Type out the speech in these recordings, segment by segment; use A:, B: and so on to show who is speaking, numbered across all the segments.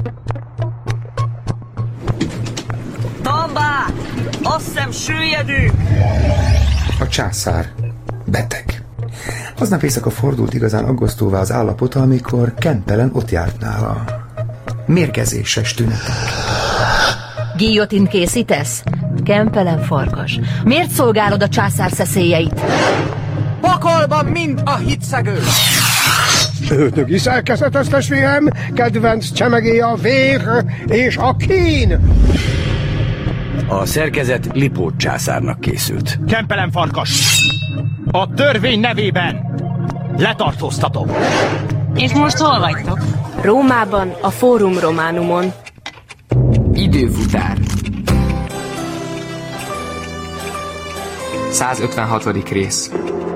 A: Tambák! Azt hiszem süllyedünk!
B: A császár beteg. Aznap éjszaka fordult igazán aggasztóvá az állapota, amikor Kempelen ott járt nála. Mérgezéses tünetek.
C: Guillotine készítesz? Kempelen farkas. Miért szolgálod a császár szeszélyeit?
D: Pokolban mind a hitszegő!
E: Ördögi szerkezetes testvérem, kedvenc csemegéje a vér és a kín!
F: A szerkezet Lipót császárnak készült.
D: Kempelen farkas! A törvény nevében letartóztatom!
G: És most hol vagytok?
H: Rómában, a Fórum Románumon.
F: Időfutár.
B: 156. rész.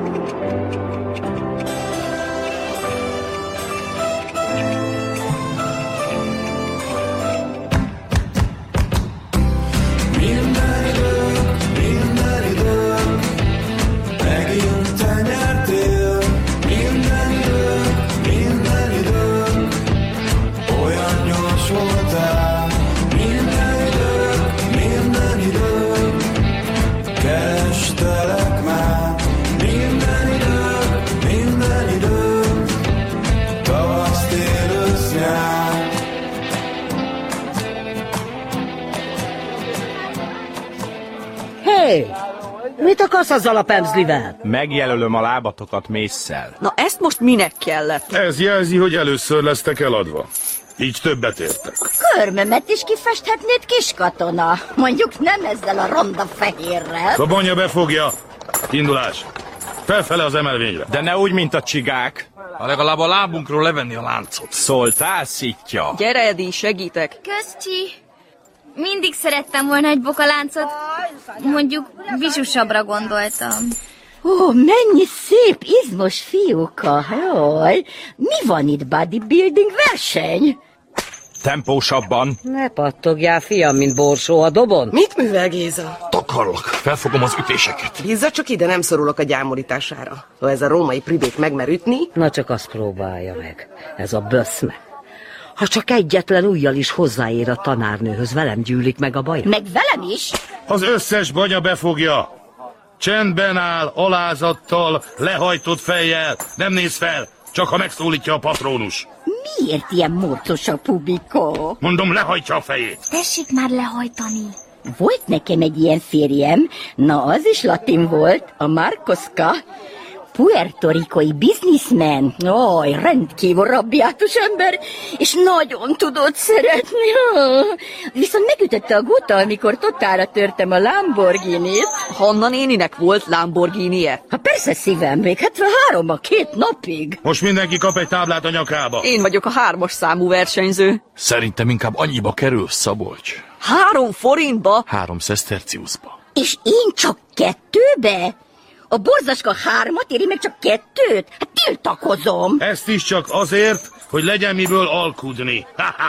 I: Mit akarsz azzal a pemzlivel?
D: Megjelölöm a lábatokat mésszel.
A: Na ezt most minek kellett?
J: Ez jelzi, hogy először lesztek eladva. Így többet értek.
K: Körmömet is kifesthetnéd, kiskatona. Mondjuk nem ezzel a ronda fehérrel.
J: Szobonya befogja. Indulás. Felfele az emelvényre.
D: De ne úgy, mint a csigák.
L: Ha legalább a lábunkról levenni a láncot.
D: Szóltál, szitja?
A: Gyere, Edi, segítek.
M: Közcsi. Mindig szerettem volna egy bokaláncot. Mondjuk vizsusabbra gondoltam.
K: Ó, mennyi szép, izmos fiúka. Jaj, mi van itt, bodybuilding verseny?
D: Tempósabban.
I: Ne pattogjál, fiam, mint borsó a dobon.
N: Mit művel Géza?
L: Takarlak, felfogom az ütéseket.
N: Bízza csak ide, nem szorulok a gyámolítására. Ha ez a római pribék megmer ütni...
I: Na csak azt próbálja meg. Ez a böszme. Ha csak egyetlen ujjal is hozzáér a tanárnőhöz, velem gyűlik meg a baj.
K: Meg velem is?
J: Az összes banya befogja. Csendben áll, alázattal, lehajtott fejjel. Nem néz fel, csak ha megszólítja a patrónus.
K: Miért ilyen morcos a pubikó?
J: Mondom, lehajtja a fejét.
M: Tessék már lehajtani.
K: Volt nekem egy ilyen férjem, na az is latin volt, a Markoszka. Puertoricoi bizniszmen. Oj, rendkívül rabbiátus ember, és nagyon tudott szeretni. Viszont megütötte a guta, amikor totálra törtem a Lamborghinit.
A: Hanna néninek volt Lamborghini-je?
K: Ha persze szívem, még 73 a 2 napig.
J: Most mindenki kap egy táblát a nyakába.
A: Én vagyok a 3-as számú versenyző.
L: Szerintem inkább annyiba kerül, Szabolcs.
A: 3 forintba?
L: 3 sesterciusba.
K: És én csak 2-be? A borzaska 3-at éri, meg csak 2-t? Hát tiltakozom.
J: Ezt is csak azért, hogy legyen miből alkudni.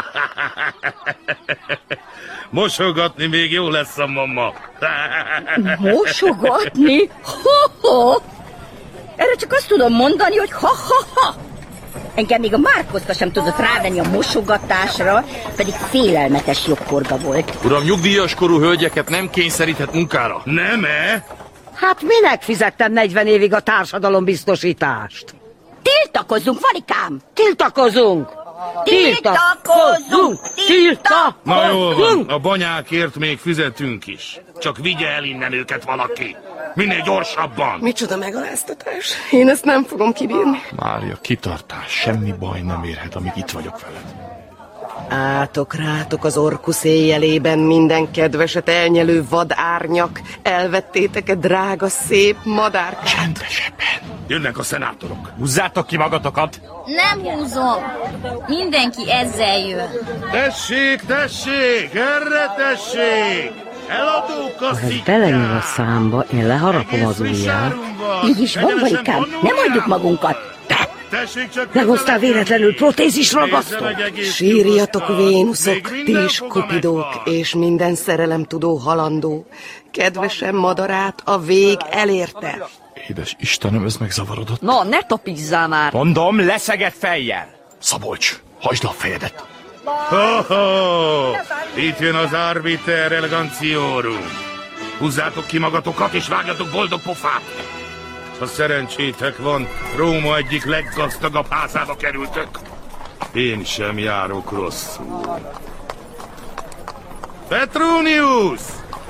J: Mosogatni még jó lesz a mama.
K: Mosogatni? Ho-ho! Erre csak azt tudom mondani, hogy ha-ha-ha! Engem még a Márkoszka sem tudott rávenni a mosogatásra, pedig félelmetes jogkorga volt.
L: Uram, nyugdíjas korú hölgyeket nem kényszeríthet munkára.
J: Nem-e?
I: Hát minek fizettem 40 évig a társadalombiztosítást?
K: Tiltakozzunk, Valikám!
I: Tiltakozunk! Tiltakozunk!
J: Na jól van, a banyákért még fizetünk is. Csak vigye el innen őket valaki. Minél gyorsabban.
N: Micsoda megaláztatás. Én ezt nem fogom kibírni.
L: Mária, kitartás, semmi baj nem érhet, amíg itt vagyok veled.
N: Átok rátok az Orkusz éjjelében, minden kedveset elnyelő vadárnyak. Elvettétek-e drága, szép madár?
L: Csendesebben.
J: Jönnek a szenátorok.
D: Húzzátok ki magatokat.
M: Nem húzom. Mindenki ezzel jön.
J: Tessék, tessék, erre tessék! Eladók a
I: ha ez
J: szittyák!
I: belenyúl a számba, én leharapom az ujját.
K: Így is van, Valikám, nem adjuk magunkat.
I: Nem hoztál véletlenül protézis ragasztó?
N: Sírjatok, Vénuszok, ti is kupidók, és minden szerelemtudó halandó. Kedvesem madarát a vég elérte.
L: Édes Istenem, ez megzavarodott.
A: Na, ne topizzál már.
D: Mondom, leszegett fejjel.
L: Szabolcs, hajtsd le a fejedet.
J: Ho-ho! Itt jön az Arbiter Eleganciorum. Húzzátok ki magatokat, és vágjatok boldog pofát! Ha szerencsétek van, Róma egyik leggazdagabb házába kerültök. Én sem járok rosszul. Petronius!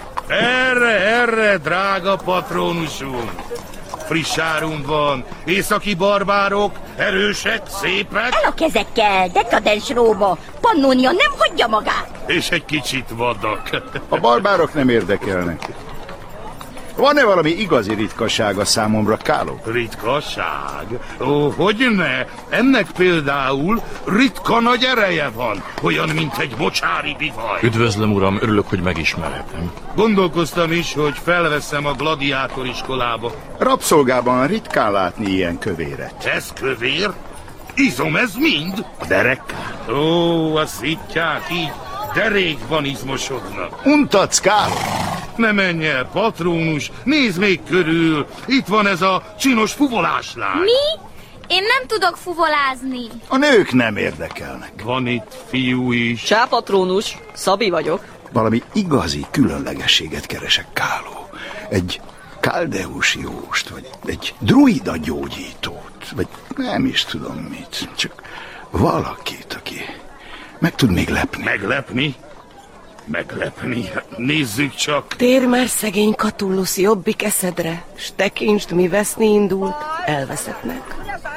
J: Erre, drága patronusunk! Friss árum van, északi barbárok, erősek, szépek.
K: El a kezekkel, dekadens Róma! Pannonia nem hagyja magát!
J: És egy kicsit vadak.
O: A barbárok nem érdekelnek. Van-e valami igazi ritkaság a számomra, Káló?
J: Ritkaság? Ó, hogyne? Ennek például ritka nagy ereje van, olyan, mint egy mocsári bivaj.
L: Üdvözlöm, uram, örülök, hogy megismerhetem.
J: Gondolkoztam is, hogy felveszem a gladiátor iskolába.
O: Rabszolgában ritkán látni ilyen kövéret.
J: Ez kövér? Izom ez mind?
O: A derekká?
J: Ó, a szittyák így derékban izmosodnak.
O: Untatsz, Káló?
J: Ne menj el, patrónus, nézd még körül. Itt van ez a csinos fuvoláslány.
M: Mi? Én nem tudok fuvolázni.
O: A nők nem érdekelnek.
J: Van itt fiú is.
A: Csá, patrónus, Szabi vagyok.
O: Valami igazi különlegességet keresek, Káló. Egy káldeus jóst, vagy egy druida gyógyítót, vagy nem is tudom mit. Csak valakit, aki meg tud még lepni.
J: Meglepni? Meglepni? Nézzük csak.
N: Térj már, szegény Catullus, jobbik eszedre, s tekintsd, mi veszni indult, elveszettnek.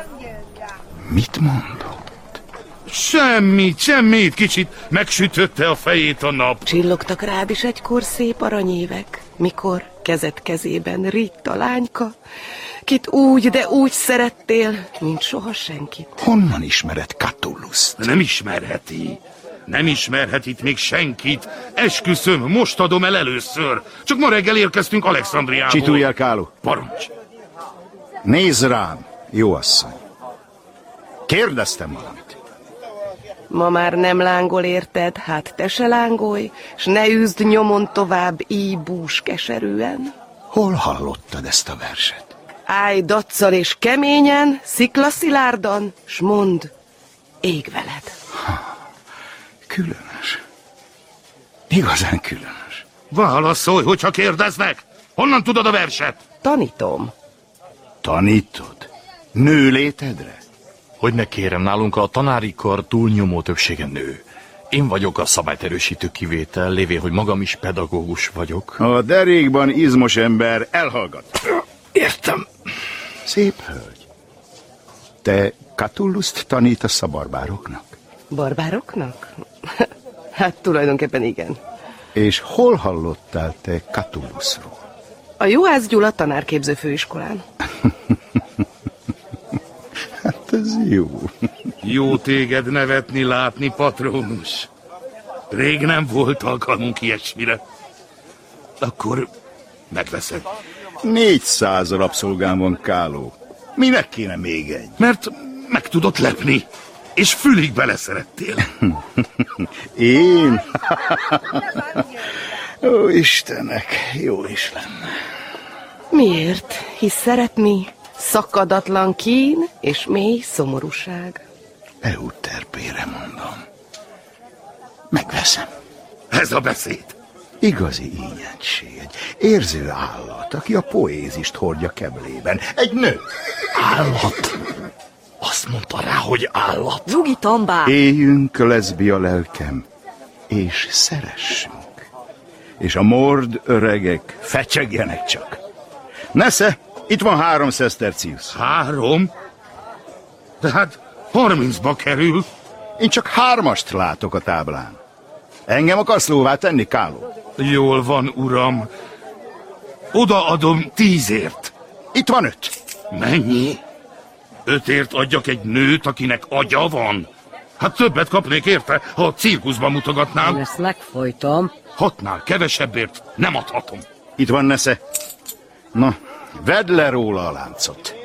O: Mit mondott?
J: Semmit, kicsit megsütötte a fejét a nap.
N: Csillogtak rád is egykor szép aranyévek, mikor kezed kezében Ritta lányka, kit úgy, de úgy szerettél, mint soha senkit.
O: Honnan ismered Catulluszt?
J: Nem ismerheti. Nem ismerhet itt még senkit. Esküszöm, most adom el először. Csak ma reggel érkeztünk Alexandriából.
O: Csitulj el, Káló.
J: Parancs.
O: Nézz rám, jó asszony. Kérdeztem valamit.
N: Ma már nem lángol, érted? Hát te se lángolj, s ne üzd nyomon tovább így bús keserűen.
O: Hol hallottad ezt a verset?
N: Állj daccal és keményen, sziklaszilárdan, s mondd, ég veled.
O: Különös. Igazán különös.
J: Válaszolj, hogyha kérdeznek. Honnan tudod a verset?
N: Tanítom.
O: Tanítod? Nőlétedre?
L: Hogy ne kérem, nálunk a tanári kar túlnyomó többsége nő. Én vagyok a szabályt erősítő kivétel, lévén, hogy magam is pedagógus vagyok.
O: A derékban izmos ember elhallgat.
L: Értem.
O: Szép hölgy. Te Catulluszt tanítasz a barbároknak?
N: Barbároknak? Hát tulajdonképpen igen.
O: És hol hallottál te Catullusról?
N: A Juhász Gyula tanárképző főiskolán.
O: Hát ez jó.
J: Jó téged nevetni látni, patronus. Rég nem volt alkalmunk ilyesmire. Akkor megveszed.
O: 400 rabszolgám van, Káló. Minek kéne még egy?
J: Mert meg tudod lepni, és fülig beleszerettél.
O: Én? Ó, Istenek, jó is lenne.
N: Miért? Hisz szeretni szakadatlan kín és mély szomorúság.
O: Euterpére mondom. Megveszem.
J: Ez a beszéd.
O: Igazi ínyentség, egy érző állat, aki a poézist hordja keblében. Egy nő.
L: Állat? Azt mondta rá, hogy állat.
A: Zugi Tambár.
O: Éljünk, leszbia lelkem, és szeressünk. És a mord öregek fecsegjenek csak. Nesze, itt van 3 szeszterciusz.
J: 3? De hát 30-ba kerül.
O: Én csak 3-ast látok a táblán. Engem akarsz lóvá tenni, Káló?
J: Jól van, uram. Odaadom 10-ért.
O: Itt van 5.
J: Mennyi? 5-ért adjak egy nőt, akinek agya van? Hát többet kapnék érte, ha a cirkuszban mutogatnám.
I: Én ezt megfojtom.
J: 6-nál kevesebbért nem adhatom.
O: Itt van, Nesze. Na, vedd le róla a láncot.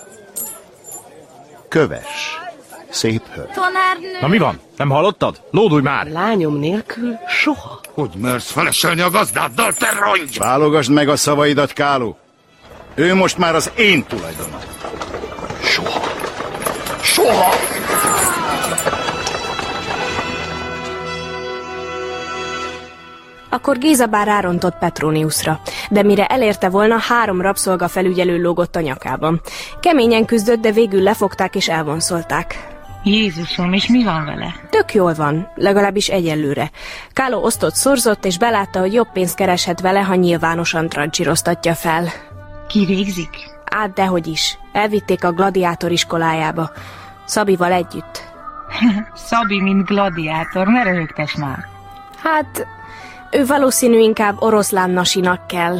O: Kövess. Szép hölgy.
M: Tanárnő.
L: Na mi van? Nem hallottad? Lódulj már!
N: Lányom nélkül soha.
J: Hogy mersz feleselni a gazdáddal, te rongy?
O: Válogasd meg a szavaidat, Káló. Ő most már az én tulajdonom.
L: Soha! Soha!
H: Akkor Géza bár rárontott Petroniusra, de mire elérte volna, 3 rabszolga felügyelő lógott a nyakában. Keményen küzdött, de végül lefogták és elvonszolták.
G: Jézusom, és mi van vele?
H: Tök jól van, legalábbis egyelőre. Kálo osztott szorzott, és belátta, hogy jobb pénzt kereshet vele, ha nyilvánosan trancsíroztatja fel.
G: Kivégzik?
H: Át, dehogy is. Elvitték a gladiátor iskolájába. Szabival együtt.
G: Szabi, mint gladiátor, ne röhögtess már.
H: Hát, ő valószínű inkább oroszlán nasinak kell.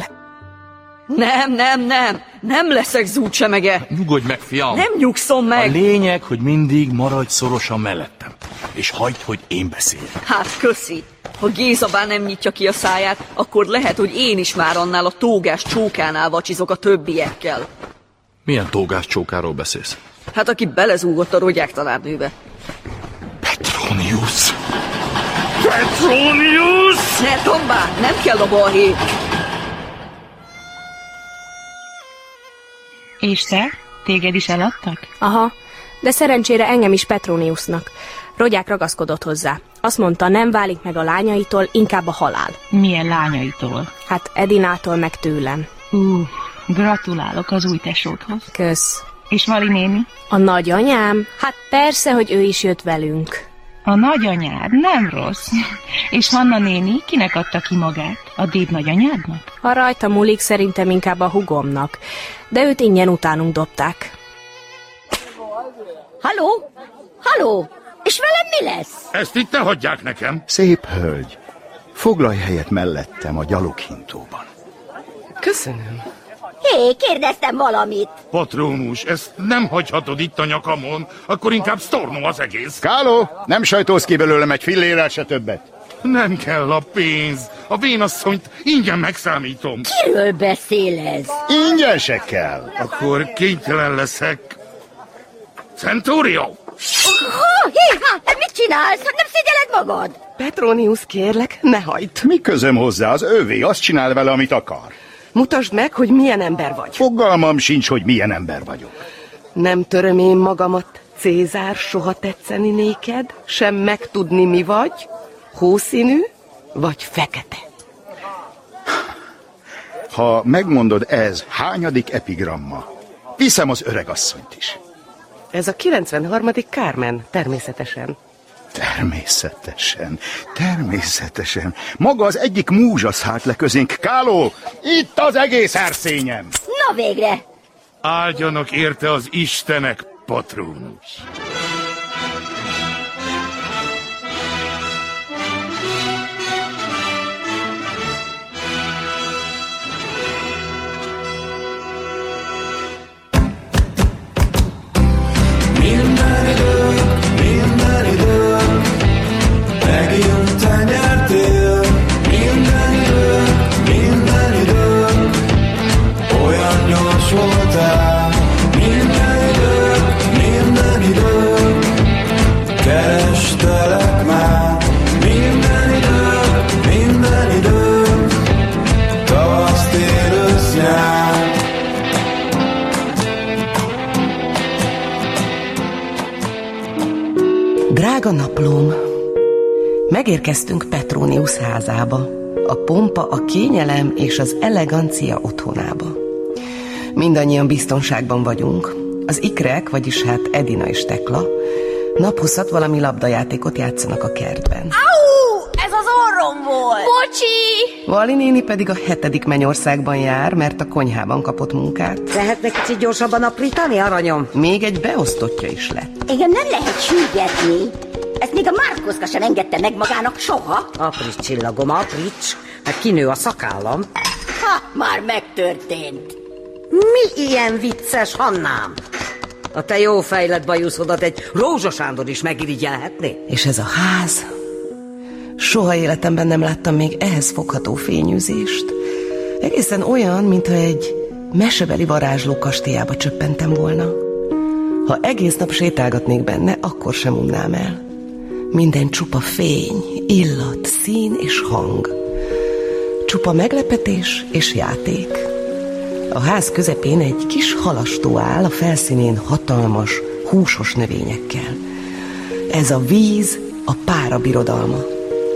A: Nem leszek zúcsemege.
L: Nyugodj meg, fiam!
A: Nem nyugszom meg!
L: A lényeg, hogy mindig maradj szorosan mellettem. És hagyd, hogy én beszéljek.
A: Hát köszi. Ha Géza bár nem nyitja ki a száját, akkor lehet, hogy én is már annál a tógás csókánál vacsizok a többiekkel.
L: Milyen tógás csókáról beszélsz?
A: Hát aki belezúgott a rogyák tanárnőbe.
L: Petronius!
A: Petronius! Ne, tombá, nem kell a balhé.
G: És te? Téged is eladtak?
H: Aha, de szerencsére engem is Petroniusnak. Rogyák ragaszkodott hozzá. Azt mondta, nem válik meg a lányaitól, inkább a halál.
G: Milyen lányaitól?
H: Hát Edinától meg tőlem.
G: Gratulálok az új tesódhoz.
H: Kösz.
G: És Vali néni?
H: A nagyanyám? Hát persze, hogy ő is jött velünk.
G: A nagyanyád? Nem rossz. És Hanna néni kinek adta ki magát? A déd nagyanyádnak?
H: Ha rajta múlik, szerintem inkább a hugomnak. De őt ingyen utánunk dobták.
K: Halló? Halló? És velem mi lesz?
J: Ezt itt ne hagyják nekem.
O: Szép hölgy, foglalj helyet mellettem a gyaloghintóban.
N: Köszönöm.
K: Hé, kérdeztem valamit.
J: Patronus, ezt nem hagyhatod itt a nyakamon, akkor inkább sztornó az egész.
O: Káló, nem sajtolsz ki belőlem egy fillérrel se többet.
J: Nem kell a pénz. A vénasszonyt ingyen megszámítom.
K: Kiről beszél ez?
O: Ingyen se kell.
J: Akkor kénytelen leszek. Centurio!
K: Mit csinálsz? Nem szégyeled magad?
N: Petronius, kérlek, ne hagyd.
O: Mi közöm hozzá, az ővé, azt csinál vele, amit akar.
N: Mutasd meg, hogy milyen ember vagy.
O: Fogalmam sincs, hogy milyen ember vagyok.
N: Nem töröm én magamat, Cézár, soha tetszeni néked, sem megtudni, mi vagy, hószínű vagy fekete.
O: Ha megmondod, ez hányadik epigramma, viszem az öregasszonyt is.
N: Ez a 93. Carmen, természetesen.
O: Természetesen. Maga az egyik múzsa szállt le közénk. Káló, itt az egész erszényem.
K: Na végre.
J: Áldjanak érte az istenek, Patronus.
P: Megint te nyertél, minden idők, olyan gyors voltál, minden idők, kerestelek már, minden idők, tavasz, tél, ősz, nyár.
N: Drága naplóm, megérkeztünk Petronius házába, a pompa, a kényelem és az elegancia otthonába. Mindannyian biztonságban vagyunk. Az ikrek, vagyis hát Edina és Tekla, naphosszat valami labdajátékot játszanak a kertben.
K: Au! Ez az orrom volt! Bocsi!
N: Vali néni pedig a 7. mennyországban jár, mert a konyhában kapott munkát.
I: Lehetne kicsit gyorsabban aprítani, aranyom?
N: Még egy beosztottja is lett.
K: Engem nem lehet sürgetni. Ezt még a Márkoszka sem engedte meg magának soha.
I: Apríts, csillagom, apríts. Hát kinő a szakállam.
K: Már megtörtént.
I: Mi ilyen vicces, Hannám? A te jó fejlett bajuszodat egy Rózsa Sándor is megirigyelhetné.
N: És ez a ház? Soha életemben nem láttam még ehhez fogható fényűzést. Egészen olyan, mintha egy mesebeli varázsló kastélyába csöppentem volna. Ha egész nap sétálgatnék benne, akkor sem unnám el. Minden csupa fény, illat, szín és hang. Csupa meglepetés és játék. A ház közepén egy kis halastó áll, a felszínén hatalmas, húsos növényekkel. Ez a víz a pára birodalma.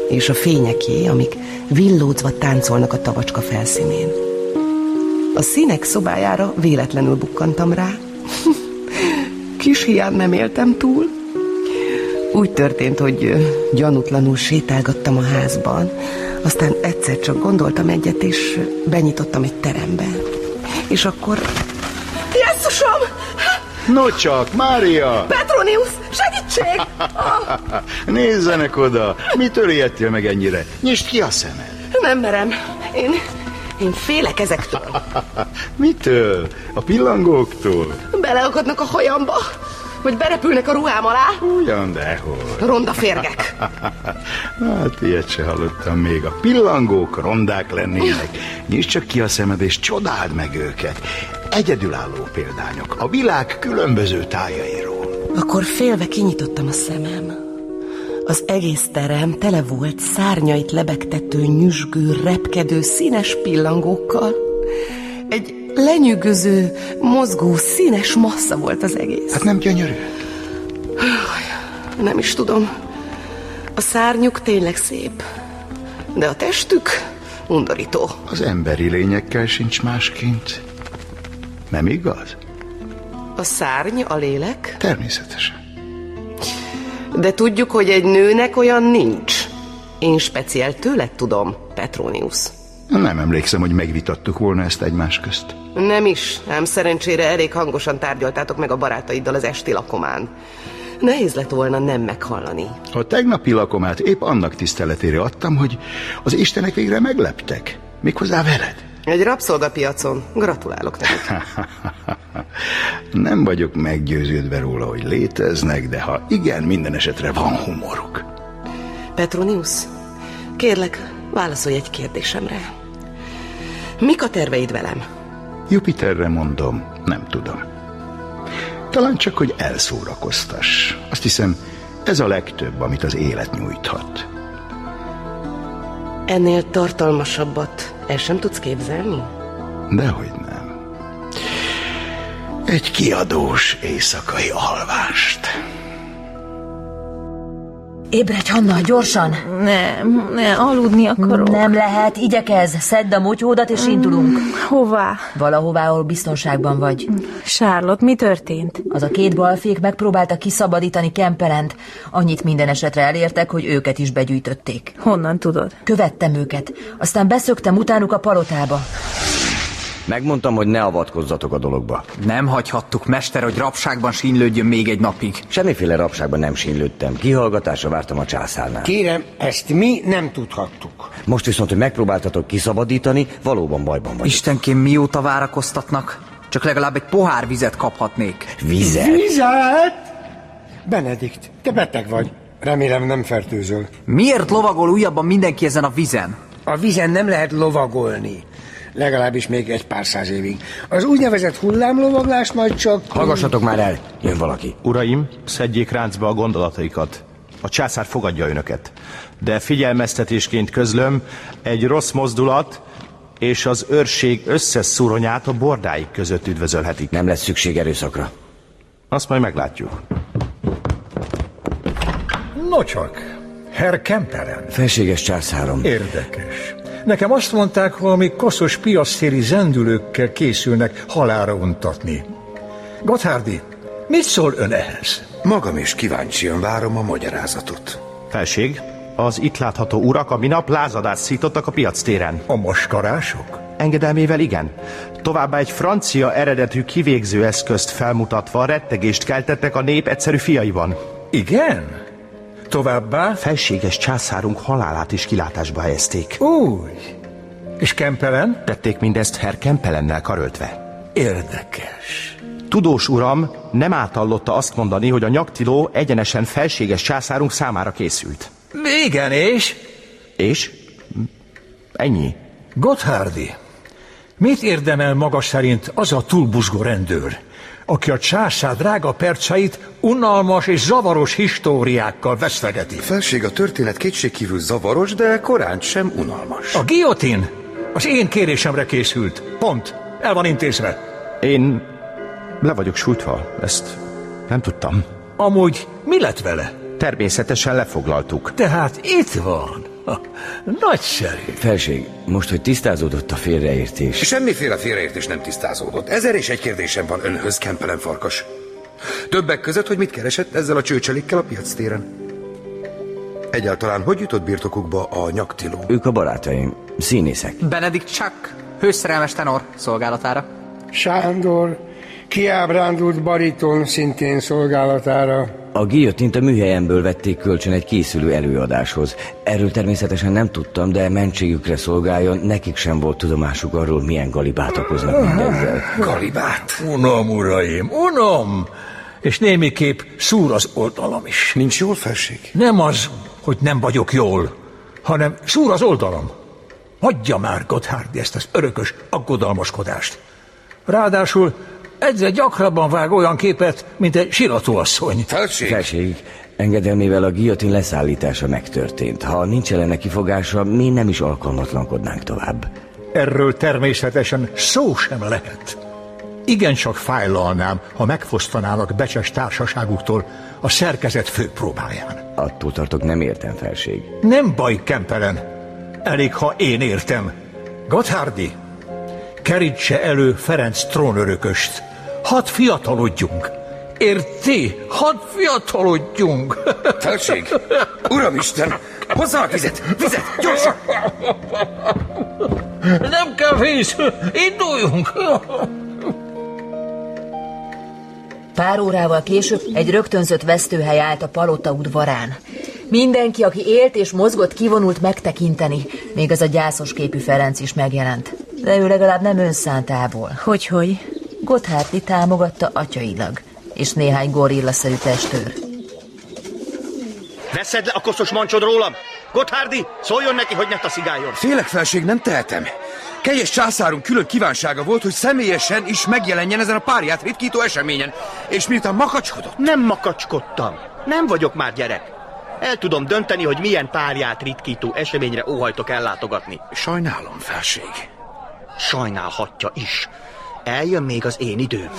N: és a fényeké, amik villódzva táncolnak a tavacska felszínén. A színek szobájára véletlenül bukkantam rá. Kis hián nem éltem túl. Úgy történt, hogy gyanútlanul sétálgattam a házban, aztán egyszer csak gondoltam egyet, és benyitottam egy terembe. És akkor... Jesszusom!
O: No csak, Mária!
N: Petronius, segítség!
O: Nézzenek oda! Mitől ijedtél meg ennyire? Nyisd ki a szemed!
N: Nem merem. Én félek ezektől.
O: Mitől? A pillangóktól?
N: Beleakadnak a hajamba, vagy berepülnek a ruhám alá.
O: Ugyan, dehol.
N: Ronda férgek.
O: Hát ilyet se hallottam még. A pillangók rondák lennének. Nyisd csak ki a szemed, és csodáld meg őket. Egyedülálló példányok a világ különböző tájairól.
N: Akkor félve kinyitottam a szemem. Az egész terem tele volt szárnyait lebegtető, nyüzsgő, repkedő, színes pillangókkal. Egy lenyűgöző, mozgó, színes massza volt az egész.
O: Hát nem gyönyörű?
N: Nem is tudom. A szárnyuk tényleg szép, de a testük undorító.
O: Az emberi lényekkel sincs másként. Nem igaz?
N: A szárny, a lélek?
O: Természetesen.
N: De tudjuk, hogy egy nőnek olyan nincs. Én speciál tőled tudom, Petronius.
O: Nem emlékszem, hogy megvitattuk volna ezt egymás közt.
N: Nem is, ám szerencsére elég hangosan tárgyaltátok meg a barátaiddal az esti lakomán. Nehéz lett volna nem meghallani.
O: A tegnapi lakomát épp annak tiszteletére adtam, hogy az istenek végre megleptek. Méghozzá veled.
N: Egy rabszolgapiacon. Gratulálok neked.
O: Nem vagyok meggyőződve róla, hogy léteznek, de ha igen, minden esetre van humoruk.
N: Petronius, kérlek, válaszolj egy kérdésemre. Mik a terveid velem?
O: Jupiterre mondom, nem tudom. Talán csak, hogy elszórakoztass. Azt hiszem, ez a legtöbb, amit az élet nyújthat.
N: Ennél tartalmasabbat el sem tudsz képzelni?
O: Dehogy nem. Egy kiadós éjszakai alvást.
C: Ébredj, Hanna, gyorsan!
G: Nem, aludni akarok.
C: Nem lehet, igyekezz, szedd a motyódat és indulunk.
G: Hová?
C: Valahová, ahol biztonságban vagy.
G: Charlotte, mi történt?
C: Az a két balfék megpróbálta kiszabadítani Kempelent. Annyit minden esetre elértek, hogy őket is begyűjtötték.
G: Honnan tudod?
C: Követtem őket, aztán beszöktem utánuk a palotába.
F: Megmondtam, hogy ne avatkozzatok a dologba.
Q: Nem hagyhattuk, mester, hogy rabságban sínlődjön még egy napig.
F: Semmiféle rabságban nem sínlődtem. Kihallgatásra vártam a császárnál.
E: Kérem, ezt mi nem tudhattuk.
F: Most viszont, hogy megpróbáltatok kiszabadítani, valóban bajban vagyok.
Q: Istenkém, mióta várakoztatnak? Csak legalább egy pohár vizet kaphatnék.
F: Vizet?
E: Vizet? Benedikt, te beteg vagy. Remélem nem fertőzöl.
Q: Miért lovagol újabban mindenki ezen a vizen?
E: A vizen nem lehet lovagolni. Legalábbis még egy pár száz évig. Az úgynevezett hullámlovaglás majd csak...
F: Hallgassatok már el, jön valaki.
D: Uraim, szedjék ráncba a gondolataikat. A császár fogadja önöket. De figyelmeztetésként közlöm, egy rossz mozdulat és az őrség összes szuronyát a bordáik között üdvözölhetik.
F: Nem lesz szükség erőszakra.
D: Azt majd meglátjuk.
R: Nocsak, Herr Kempelen.
F: Felséges császárom.
R: Érdekes. Nekem azt mondták, valami koszos piasztéri zendülőkkel készülnek halálra untatni. Gotthardi, mit szól ön ehhez?
B: Magam is kíváncsian várom a magyarázatot.
D: Felség, az itt látható urak a minap lázadást szítottak a piactéren.
R: A maskarások?
D: Engedelmével igen. Továbbá egy francia eredetű kivégző eszközt felmutatva rettegést keltettek a nép egyszerű fiaiban.
R: Igen? Továbbá?
D: Felséges császárunk halálát is kilátásba helyezték.
R: Úgy. És Kempelen?
D: Tették mindezt Herr Kempelennel karöltve.
R: Érdekes.
D: Tudós uram nem átallotta azt mondani, hogy a nyaktiló egyenesen felséges császárunk számára készült.
R: Igen, és?
D: És? Ennyi.
R: Gotthardi, mit érdemel maga szerint az a túlbuzgó rendőr, aki a császár drága perceit unalmas és zavaros históriákkal vesztegeti?
B: Felség, a történet kétségkívül zavaros, de korán sem unalmas.
R: A guillotine az én kérésemre készült. Pont. El van intézve.
D: Én le vagyok sújtva. Ezt nem tudtam.
R: Amúgy mi lett vele?
D: Természetesen lefoglaltuk.
R: Tehát itt van. Nagyszerű.
F: Felség, most, hogy tisztázódott a félreértés.
B: Semmiféle félreértés nem tisztázódott. 1001 kérdésem van önhöz, Kempelen farkas. Többek között, hogy mit keresett ezzel a csőcselékkel a piactéren. Egyáltalán hogy jutott birtokukba a nyaktiló?
F: Ők a barátaim, színészek.
Q: Benedikt Chuck, hőszerelmes tenor szolgálatára.
E: Sándor, kiábrándult bariton szintén szolgálatára.
F: A guillotint a műhelyemből vették kölcsön egy készülő előadáshoz. Erről természetesen nem tudtam, de mentségükre szolgáljon, nekik sem volt tudomásuk arról, milyen galibát okoznak mindezzel.
B: Galibát?
R: Unom, uraim, unom! És némiképp szúr az oldalam is.
B: Nincs jól, felség?
R: Nem az, hogy nem vagyok jól, hanem szúr az oldalam. Hagyja már, Gotthárdi, ezt az örökös aggodalmaskodást. Ráadásul egyre gyakrabban vág olyan képet, mint egy siratóasszony.
F: Felség, engedelmével a guillotine leszállítása megtörtént. Ha nincs ellene kifogása, mi nem is alkalmatlankodnánk tovább.
R: Erről természetesen szó sem lehet. Igencsak fájlalnám, ha megfosztanának becses társaságuktól a szerkezet főpróbáján.
F: Attól tartok, nem értem, felség.
R: Nem baj, Kempelen. Elég, ha én értem. Gotthárdi, kerítse elő Ferenc trónörököst. Hadd fiatalodjunk. Érti? Hadd fiatalodjunk.
B: Felség! Uramisten! Hozzanak vizet! Vizet! Gyorsan!
R: Nem kell víz! Induljunk!
C: Pár órával később egy rögtönzött vesztőhely állt a palota udvarán. Mindenki, aki élt és mozgott, kivonult megtekinteni. Még az a gyászos képű Ferenc is megjelent. De ő legalább nem önszántából.
H: Hogy?
C: Gotthárdi támogatta atyailag, és néhány gorillaszerű testőr.
S: Veszed le a koszos mancsod rólam! Gotthárdi, szóljon neki, hogy ne taszigáljon!
B: Félek, felség, nem tehetem. Kegyes császárunk külön kívánsága volt, hogy személyesen is megjelenjen ezen a párját ritkító eseményen. És miután makacskodott...
S: Nem makacskodtam. Nem vagyok már gyerek. El tudom dönteni, hogy milyen párját ritkító eseményre óhajtok ellátogatni.
B: Sajnálom, felség.
S: Sajnálhatja is. Eljön még az én időm.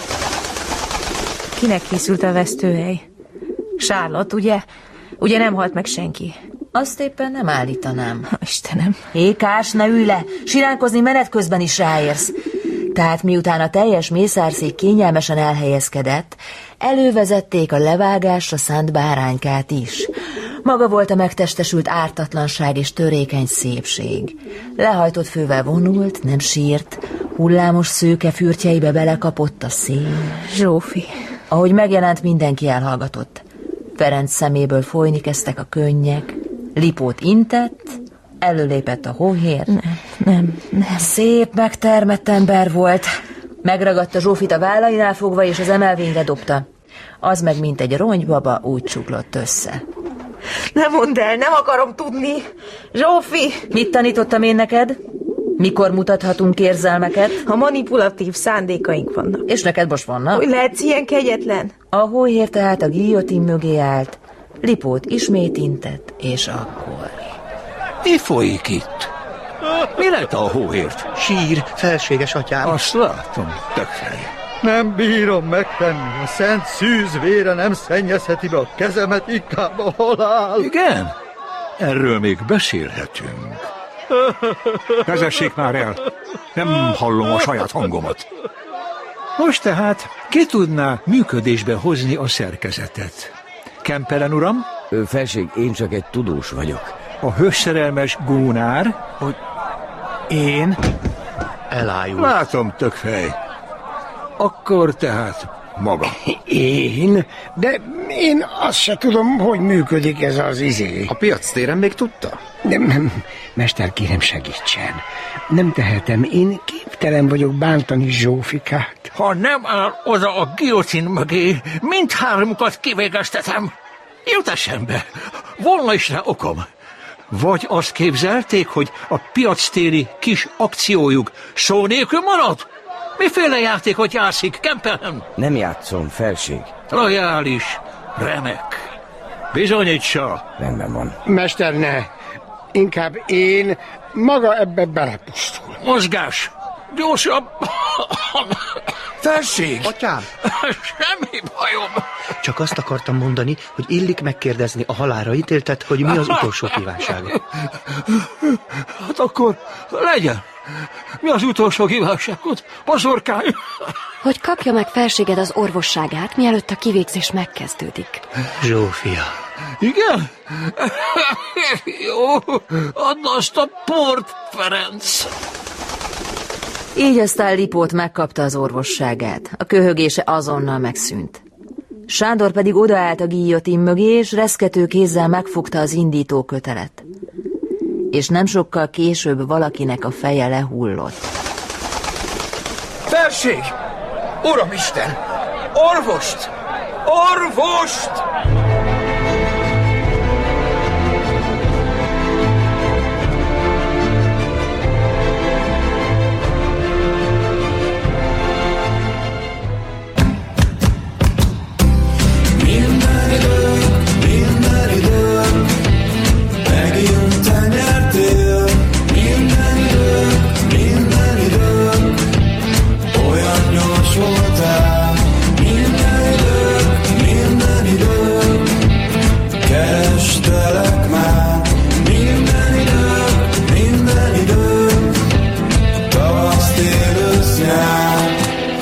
H: Kinek készült a vesztőhely? Charlotte, ugye? Ugye nem halt meg senki?
C: Azt éppen nem állítanám.
H: Istenem.
C: Ékás, ne ülj le! Siránkozni menet közben is ráérsz. Tehát miután a teljes mészárszék kényelmesen elhelyezkedett, elővezették a levágásra szánt báránykát is. Maga volt a megtestesült ártatlanság és törékeny szépség. Lehajtott fővel vonult, nem sírt, hullámos szőke fürtjeibe belekapott a szél.
H: Zsófi.
C: Ahogy megjelent, mindenki elhallgatott. Ferenc szeméből folyni kezdtek a könnyek, Lipót intett, előlépett a hóhér.
H: Nem.
C: Szép, megtermett ember volt. Megragadta Zsófit a vállainál fogva, és az emelvényre dobta. Az meg, mint egy ronybaba, úgy csuklott össze.
H: Ne mondd el, nem akarom tudni. Zsófi!
C: Mit tanítottam én neked? Mikor mutathatunk érzelmeket?
H: Ha manipulatív szándékaink vannak.
C: És neked most vannak?
H: Hogy lehetsz ilyen kegyetlen?
C: A hóhér tehát a guillotine mögé állt, Lipót ismét intett, és akkor...
R: Mi folyik itt? Mi lett a hóhért?
S: Sír, felséges atyám.
R: Azt látom, tökfej.
T: Nem bírom megtenni, a szent szűz vére nem szennyezheti be a kezemet, inkább a halál.
R: Igen? Erről még beszélhetünk. Vezessék már el, nem hallom a saját hangomat. Most tehát ki tudná működésbe hozni a szerkezetet? Kempelen uram?
F: Felség, én csak egy tudós vagyok.
R: A hősszerelmes Gúnár?
S: Hogy én? Elájul.
R: Látom, tökfej. Akkor tehát maga.
E: Én? De én azt se tudom, hogy működik ez az izé.
B: A piactéren még tudta?
E: Nem, mester, kérem, segítsen. Nem tehetem, én képtelen vagyok bántani Zsófikát.
R: Ha nem áll oda a guillotine mögé, mindhármukat kivégeztetem. Jut eszembe, volna is rá okom. Vagy azt képzelték, hogy a piactéri kis akciójuk szó nélkül marad? Miféle játékot játszik, Kempelen?
F: Nem játszom, felség.
R: Lojális, remek. Bizonyítsa.
F: Rendben van.
E: Mester, ne. Inkább én maga ebbe belepusztul.
R: Mozgás. Gyorsabb.
B: Felség!
S: Atyám!
R: Semmi bajom.
S: Csak azt akartam mondani, hogy illik megkérdezni a halálra ítéltet, hogy mi az utolsó kívánsága.
R: Hát akkor legyen. Mi az utolsó kívánságod? Boszorkány!
U: Hogy kapja meg felséged az orvosságát, mielőtt a kivégzés megkezdődik.
S: Zsófia.
R: Igen? Jó, add azt a port, Ferenc!
C: Így aztán Lipót megkapta az orvosságát. A köhögése azonnal megszűnt. Sándor pedig odaállt a guillotine mögé, és reszkető kézzel megfogta az indító kötelet. És nem sokkal később valakinek a feje lehullott.
E: Felség! Uramisten! Orvost! Orvost!
P: Minden idők, megint te nyertél. Minden idők, olyan gyors voltál. Minden idők, kerestelek már. Minden idők, tavasz, tél, ősz, nyár.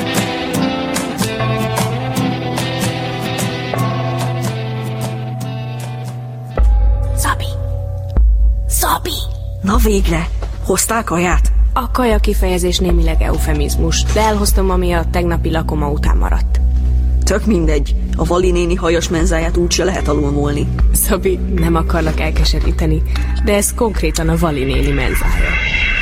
H: Szabi!
A: Na végre! Hozták kaját?
H: A kaja kifejezés némileg eufemizmus, de elhoztam, ami a tegnapi lakoma után maradt.
A: Tök mindegy. A Vali néni hajas menzáját úgyse lehet alulmúlni.
H: Szabi, nem akarlak elkeseríteni, de ez konkrétan a Vali néni menzája.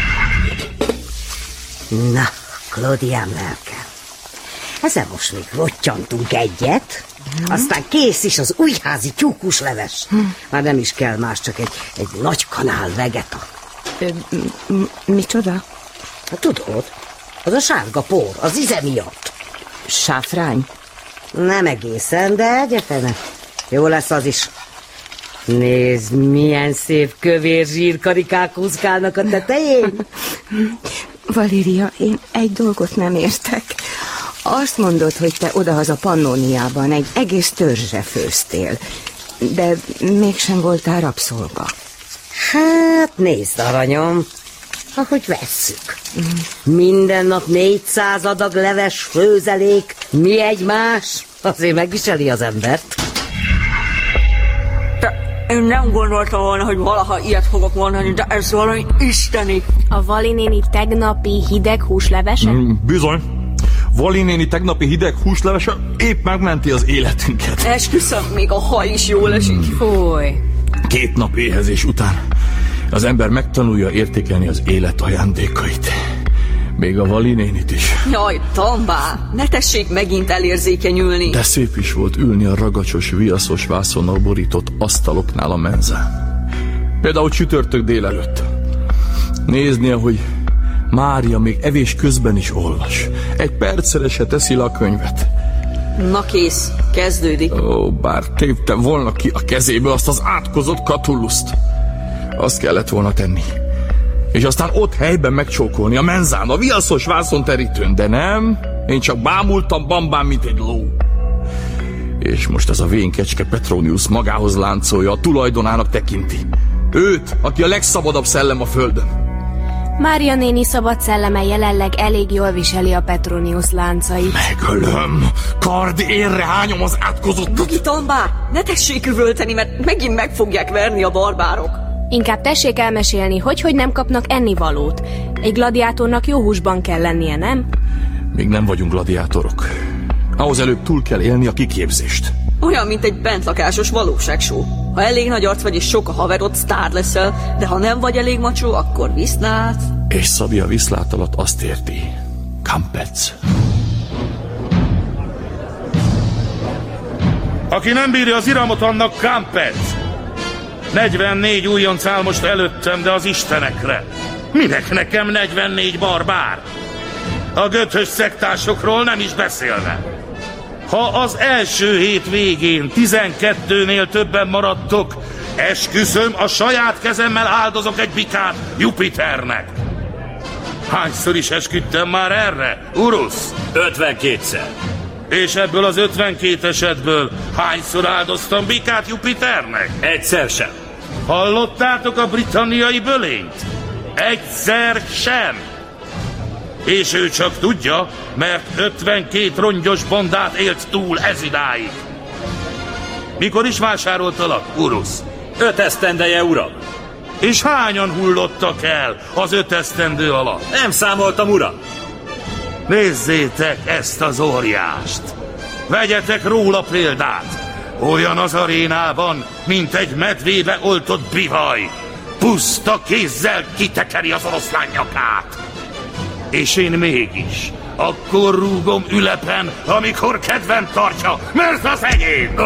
I: Na, Claudiám lelke. Ezzel most még rottyantunk egyet, aztán kész is az újházi tyúkusleves. Már nem is kell más, csak egy nagy kanál vegeta.
U: Micsoda?
I: Hát tudod, az a sárga por, az íze miatt.
U: Sáfrány?
I: Nem egészen, de egyetlen. Jó lesz az is. Nézd, milyen szép kövér zsírkarikák húzkálnak a tetején.
U: Valéria, én egy dolgot nem értek. Azt mondod, hogy te odahaza Pannóniában egy egész törzsre főztél, de mégsem voltál rabszolga.
I: Hát, nézd, aranyom, ahogy vesszük. Minden nap 400 adag leves főzelék, mi egymás, azért megviseli az embert.
A: Én nem gondoltam volna, hogy valaha ilyet fogok mondani, de ez valami isteni.
H: A Vali néni tegnapi hideg húslevese?
L: Bizony. Vali néni tegnapi hideg húslevese épp megmenti az életünket.
A: Esküszöm, még a haj is jól esik.
H: Fúj.
L: 2 nap éhezés után az ember megtanulja értékelni az élet ajándékait. Még a Vali nénit is.
A: Jaj, Tambá, ne tessék megint elérzékenyülni.
L: De szép is volt ülni a ragacsos, viaszos vászonnal borított asztaloknál a menzán. Például csütörtök délelőtt. Nézni, hogy Mária még evés közben is olvas. Egy percre se teszi le a könyvet.
A: Na kész, kezdődik.
L: Ó, bár téptem volna ki a kezébe azt az átkozott Catulluszt. Azt kellett volna tenni. És aztán ott helyben megcsókolni a menzán, a viaszos vászonterítőn, de nem. Én csak bámultam bambán, mint egy ló. És most ez a vén kecske Petronius magához láncolja, a tulajdonának tekinti. Őt, aki a legszabadabb szellem a földön.
H: Mária néni szabad szelleme jelenleg elég jól viseli a Petronius láncait.
L: Megölöm! Kard érre hányom az átkozottat!
A: Tambá, ne tessék üvölteni, mert megint meg fogják verni a barbárok.
H: Inkább tessék elmesélni, hogy nem kapnak ennivalót. Egy gladiátornak jó húsban kell lennie, nem?
L: Még nem vagyunk gladiátorok. Ahhoz előbb túl kell élni a kiképzést.
A: Olyan, mint egy bentlakásos valóságshow. Ha elég nagy arc vagy és sok a haverod, sztár leszel, de ha nem vagy elég macsó, akkor viszlát.
L: És Szabi a viszlát alatt azt érti. Kampec.
J: Aki nem bírja az iramot, annak Kampec. 44 újonc áll most előttem, de az istenekre. Minek nekem 44 barbár? A göthös szektásokról nem is beszélve. Ha az első hét végén 12-nél többen maradtok, esküszöm, a saját kezemmel áldozok egy bikát Jupiternek. Hányszor is esküdtem már erre, Urus?
V: 52-szer.
J: És ebből az 52 esetből hányszor áldoztam bikát Jupiternek?
M: Egyszer sem.
J: Hallottátok a britanniai bölényt? Egyszer sem. És ő csak tudja, mert 52 rongyos bondát élt túl ezidáig. Mikor is vásároltalak, Urus?
M: 5 esztendeje, uram.
J: És hányan hullottak el az 5 esztendő alatt?
M: Nem számoltam, uram.
J: Nézzétek ezt az óriást! Vegyetek róla példát! Olyan az arénában, mint egy medvébe oltott bivaj. Puszta kézzel kitekeri az oroszlán nyakát. És én mégis akkor rúgom ülepen, amikor kedvem tartja, mert az enyém!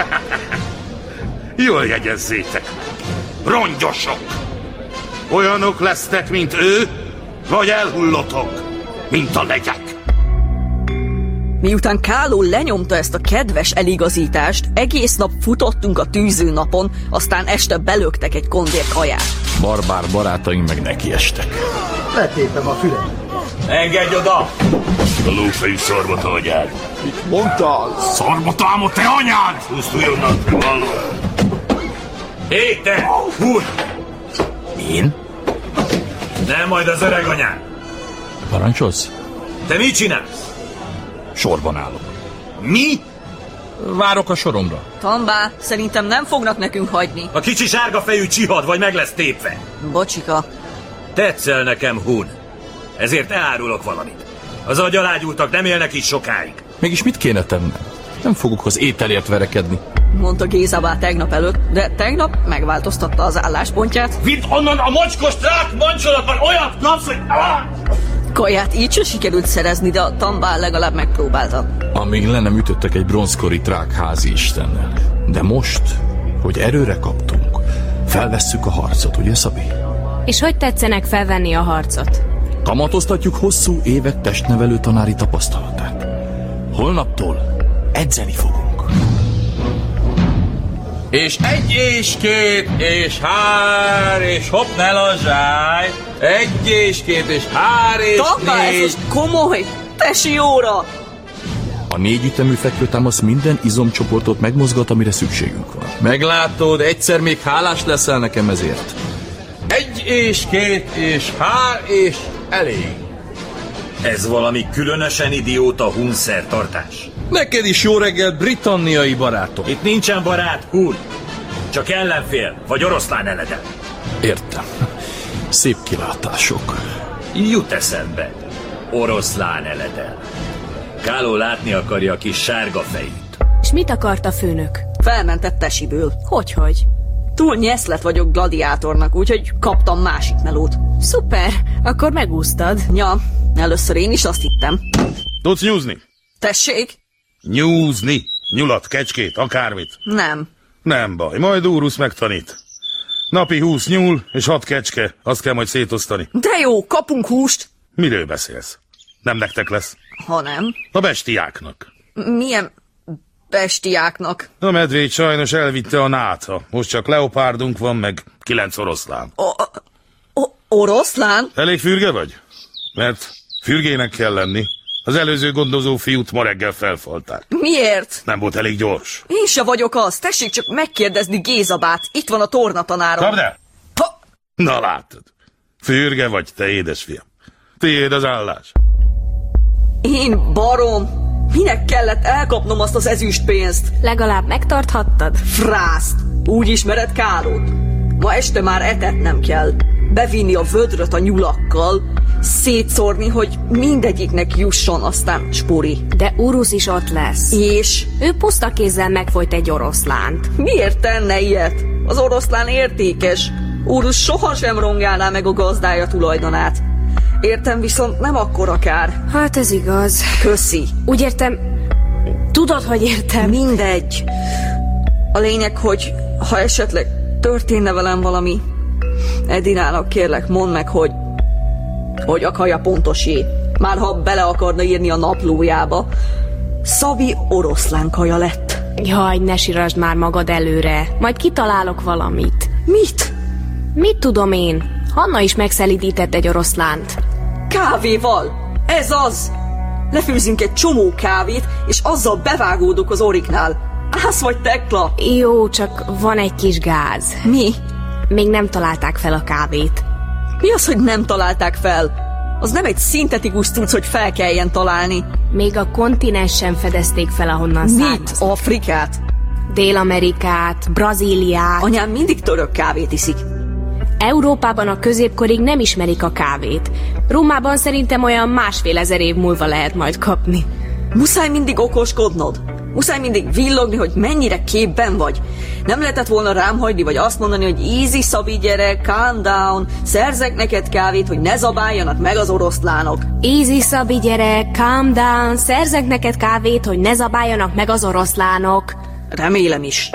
J: Jól jegyezzétek! Rongyosok! Olyanok lesztek, mint ő, vagy elhullotok, mint a legyek.
A: Miután Káló lenyomta ezt a kedves eligazítást, egész nap futottunk a tűzőnapon, aztán este belöktek egy kondér kaját.
L: Barbár barátaim meg nekiestek.
T: Letépem a fülem.
M: Engedj oda!
J: A lófejű szarvata anyád.
L: Mit mondtál?
J: Szarvatámot, te anyád! Pusztuljon napra, hallom.
M: Hé, te! Húr!
L: Én?
M: Nem majd az öreg anyád.
L: Parancsolsz?
M: Te mit csinálsz?
L: Sorban állok.
M: Mi?
L: Várok a soromra.
A: Tambá, szerintem nem fognak nekünk hagyni.
M: A kicsi sárga fejű csihad vagy meg lesz tépve.
A: Bocsika.
M: Tetszel nekem, Hun. Ezért elárulok valamit. Az agyalágyultak nem élnek itt sokáig.
L: Mégis mit kéne tennem? Nem fogok az ételért verekedni.
A: Mondta Gézabá tegnap előtt, de tegnap megváltoztatta az álláspontját.
M: Vidd onnan a mocskos trák mancsolatban olyat kapsz, hogy...
A: Kaját így sem sikerült szerezni, de a Tambá legalább megpróbálta.
L: Amíg le nem ütöttek egy bronzkori trák házi istennel. De most, hogy erőre kaptunk, felvesszük a harcot, ugye, Szabi?
H: És hogy tetszenek felvenni a harcot?
L: Kamatoztatjuk hosszú évek testnevelő tanári tapasztalatát. Holnaptól edzeni fogunk.
M: És 1 és 2 és 3 és hopp ne lazsálj. 1 és 2 és 3 és 4.
A: Tambá, ez most komoly! Tesi óra!
L: A 4 ütemű fekvőtámasz minden izomcsoportot megmozgat, amire szükségünk van. Meglátod, egyszer még hálás leszel nekem ezért.
M: 1 és 2 és 3 és elég. Ez valami különösen idióta hunszertartás.
L: Neked is jó reggelt, britanniai barátok.
M: Itt nincsen barát, Hun. Csak ellenfél, vagy oroszlán eledel.
L: Értem. Szép kilátások.
M: Jut eszembe. Oroszlán eledel. Káló látni akarja a kis sárga fejét.
H: És mit akart a főnök?
A: Felmentett Tesiből.
H: Hogyhogy?
A: Túl nyeszlet vagyok gladiátornak, úgyhogy kaptam másik melót.
H: Szuper, akkor megúsztad.
A: Ja, először én is azt hittem.
J: Tudsz nyúzni?
A: Tessék?
J: Nyúzni. Nyulat, kecskét, akármit.
A: Nem.
J: Nem baj, majd Úrusz megtanít. Napi 20 nyúl és 6 kecske, azt kell majd szétosztani.
A: De jó, kapunk húst.
J: Miről beszélsz? Nem nektek lesz.
A: Ha nem.
J: A bestiáknak.
A: Milyen bestiáknak?
J: A medvét sajnos elvitte a nátha. Most csak leopárdunk van, meg 9 oroszlán.
A: Oroszlán?
J: Elég fürge vagy? Mert fürgének kell lenni. Az előző gondozó fiút ma reggel felfalták.
A: Miért?
J: Nem volt elég gyors.
A: Én se vagyok az. Tessék csak megkérdezni Gézabát. Itt van a tornatanárom.
J: Kapd el! Na látod. Fürge vagy, te édesfiam. Tiéd az állás.
A: Én barom. Minek kellett elkapnom azt az ezüstpénzt?
H: Legalább megtarthattad?
A: Frászt! Úgy ismered Kálót? Ma este már etetnem kell. Bevinni a vödröt a nyulakkal, szétszórni, hogy mindegyiknek jusson, aztán spori.
H: De Urus is ott lesz.
A: És?
H: Ő puszta kézzel megfojt egy oroszlánt.
A: Miért tenne ilyet? Az oroszlán értékes. Urus sohasem rongálná meg a gazdája tulajdonát. Értem, viszont nem akkora kár.
H: Hát ez igaz.
A: Köszi.
H: Úgy értem... Tudod, hogy értem?
A: Mindegy. A lényeg, hogy ha esetleg történne velem valami, Edinának kérlek, mondd meg, hogy a kaja pontosé. Már ha bele akarna írni a naplójába. Szabi oroszlán kaja lett.
H: Jaj, ne sirasd már magad előre. Majd kitalálok valamit.
A: Mit?
H: Mit tudom én? Hanna is megszelídített egy oroszlánt.
A: Kávéval. Ez az. Lefőzünk egy csomó kávét, és azzal bevágódok az Oriknál. Ász vagy Tekla?
H: Jó, csak van egy kis gáz.
A: Mi?
H: Még nem találták fel a kávét.
A: Mi az, hogy nem találták fel? Az nem egy szintetikus cucc, hogy fel kelljen találni.
H: Még a kontinens sem fedezték fel, ahonnan származik.
A: Mit? Afrikát?
H: Dél-Amerikát, Brazíliát.
A: Anyám mindig török kávét iszik.
H: Európában a középkorig nem ismerik a kávét. Rómában szerintem olyan 1,5 év múlva lehet majd kapni.
A: Muszáj mindig okoskodnod. Muszáj mindig villogni, hogy mennyire képben vagy. Nem lehetett volna rám hagyni, vagy azt mondani, hogy easy, Szabi gyerek, calm down, szerzek neked kávét, hogy ne zabáljanak meg az oroszlánok.
H: Easy, Szabi gyerek, calm down, szerzek neked kávét, hogy ne zabáljanak meg az oroszlánok.
A: Remélem is.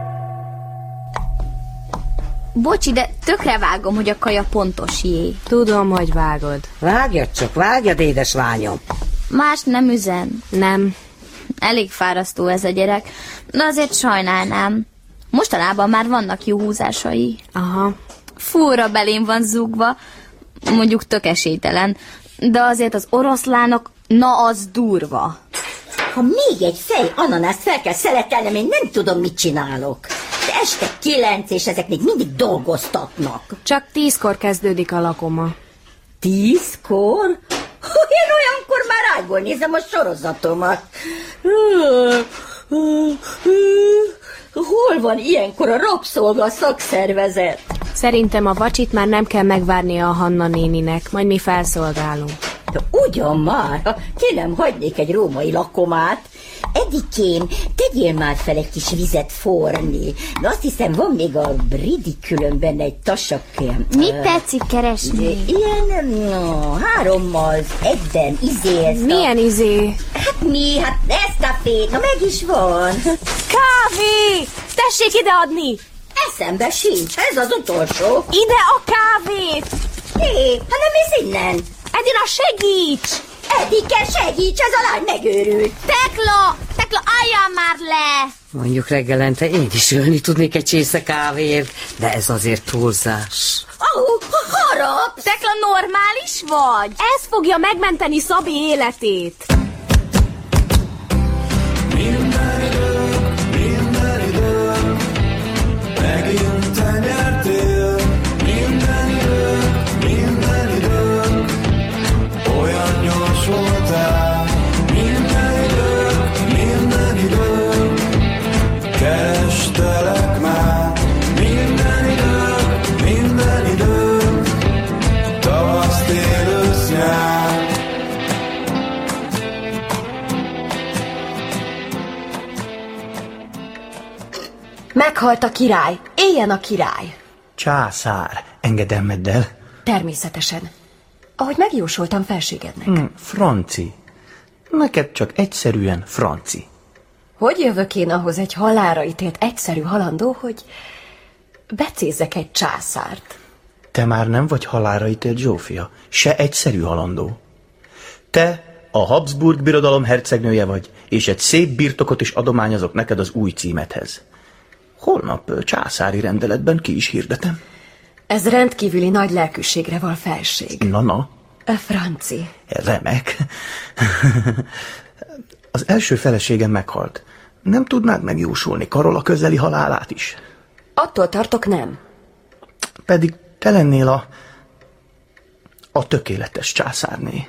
K: Bocsi, de tökre vágom, hogy a kaja pontos jé.
H: Tudom, hogy vágod.
I: Vágjad csak, vágjad, édeslányom.
K: Más nem üzen.
H: Nem.
K: Elég fárasztó ez a gyerek, de azért sajnálnám. Mostanában már vannak jó húzásai.
H: Aha.
K: Fúra belém van zúgva, mondjuk tök esélytelen, de azért az oroszlánok, na az durva.
V: Ha még egy fej ananászt fel kell szeletelnem, én nem tudom, mit csinálok. De este 9, és ezek még mindig dolgoztatnak.
H: Csak 10-kor kezdődik a lakoma.
V: 10-kor? Én olyankor már ágyból nézem a sorozatomat. Hol van ilyenkor a rabszolga szakszervezet?
H: Szerintem a vacsit már nem kell megvárnia a Hanna néninek, majd mi felszolgálunk.
V: De ugyan már, ha kérem, hagynék egy római lakomát. Edikém, tegyél már fel egy kis vizet forni. De azt hiszem, van még a bridikülönben egy tasak.
K: Mit tetszik keresni?
V: Ilyen, no, 3-mal, 1-ben,
H: Milyen izé?
V: Hát mi? Hát Nescafé, na meg is van.
H: Kávé! Tessék ideadni!
V: Eszembe sincs, ez az utolsó.
H: Ide a kávét!
V: Hé, hát nem mész innen.
H: Edina, segíts!
V: Edike, segíts, ez a lány megőrült.
K: Tekla, álljál már le!
I: Mondjuk reggelente én is ölni tudnék egy csésze kávéért, de ez azért túlzás.
V: Harap!
K: Tekla, normális vagy?
H: Ez fogja megmenteni Szabi életét.
P: Megint te nyertél, minden idők, olyan gyors voltál, minden idők, kerestelek már, minden idők, tavasz, tél, ősz, nyár.
C: Meghalt a király, éljen a király!
W: Császár, engedelmeddel.
C: Természetesen. Ahogy megjósoltam felségednek.
W: Franci. Neked csak egyszerűen Franci.
C: Hogy jövök én ahhoz egy halálra ítélt egyszerű halandó, hogy becézzek egy császárt?
W: Te már nem vagy halálra ítélt Zsófia, se egyszerű halandó. Te a Habsburg birodalom hercegnője vagy, és egy szép birtokot is adományozok neked az új címedhez. Holnap császári rendeletben ki is hirdetem.
C: Ez rendkívüli nagy lelkűségre van felség.
W: Na.
C: Franci.
W: Remek. Az első feleségem meghalt. Nem tudnád megjósolni Karola közeli halálát is?
C: Attól tartok, nem.
W: Pedig te lennél a tökéletes császárné.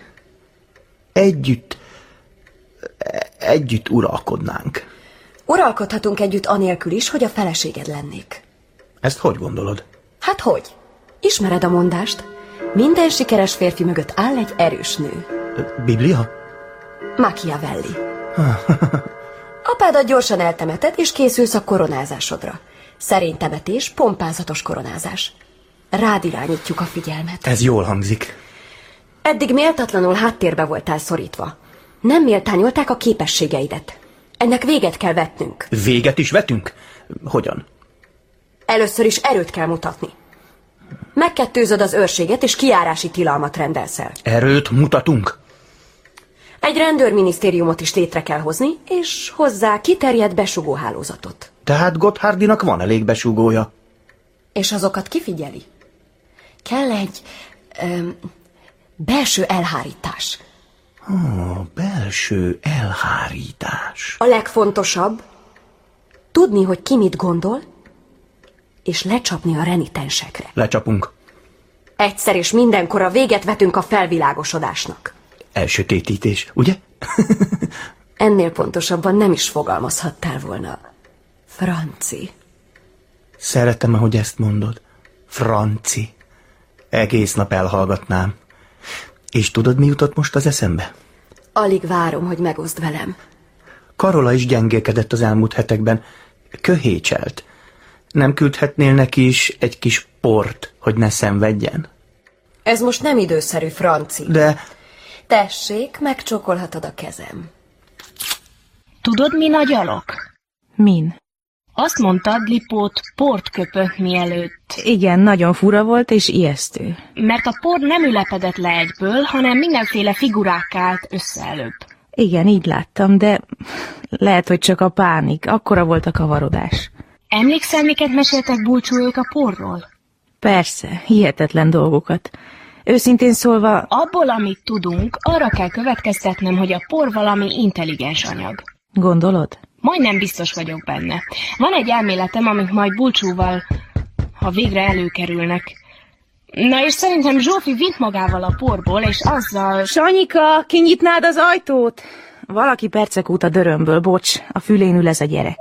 W: Együtt uralkodnánk.
C: Uralkodhatunk együtt anélkül is, hogy a feleséged lennék.
W: Ezt hogy gondolod?
C: Hát hogy? Ismered a mondást? Minden sikeres férfi mögött áll egy erős nő.
W: Biblia?
C: Machiavelli. Apádat gyorsan eltemeted, és készülsz a koronázásodra. Szerény temetés, pompázatos koronázás. Rád irányítjuk a figyelmet.
W: Ez jól hangzik.
C: Eddig méltatlanul háttérbe voltál szorítva. Nem méltányolták a képességeidet. Ennek véget kell vetnünk.
W: Véget is vetünk? Hogyan?
C: Először is erőt kell mutatni. Megkettőzöd az őrséget, és kijárási tilalmat rendelsz el.
W: Erőt mutatunk?
C: Egy rendőrminisztériumot is létre kell hozni, és hozzá kiterjedt besugóhálózatot.
W: Tehát Gotthardinak van elég besugója.
C: És azokat kifigyeli? Kell egy belső elhárítás.
W: Belső elhárítás.
G: A legfontosabb, tudni, hogy ki mit gondol, és lecsapni a renitensekre.
W: Lecsapunk.
G: Egyszer és mindenkorra véget vetünk a felvilágosodásnak.
W: Elsötétítés, ugye?
G: Ennél pontosabban nem is fogalmazhattál volna. Franci.
W: Szeretem, ahogy ezt mondod. Franci. Egész nap elhallgatnám. És tudod, mi jutott most az eszembe?
G: Alig várom, hogy megoszd velem.
W: Karola is gyengélkedett az elmúlt hetekben. Köhécselt. Nem küldhetnél neki is egy kis port, hogy ne szenvedjen?
G: Ez most nem időszerű, Franci.
W: De...
G: Tessék, megcsókolhatod a kezem.
H: Tudod, mi nagy alak?
N: Min?
H: Azt mondtad, Lipót port köpött mielőtt.
N: Igen, nagyon fura volt és ijesztő.
H: Mert a por nem ülepedett le egyből, hanem mindenféle figurák állt össze előbb.
N: Igen, így láttam, de lehet, hogy csak a pánik. Akkora volt a kavarodás.
H: Emlékszel, miket meséltek búcsújók a porról?
N: Persze, hihetetlen dolgokat. Őszintén szólva...
H: Abból, amit tudunk, arra kell következtetnem, hogy a por valami intelligens anyag.
N: Gondolod?
H: Majdnem biztos vagyok benne. Van egy elméletem, amit majd búcsúval, ha végre előkerülnek. Na és szerintem Zsófi vitt magával a porból, és azzal...
N: Sanyika, kinyitnád az ajtót? Valaki percek óta dörömből, bocs, a fülén ül ez a gyerek.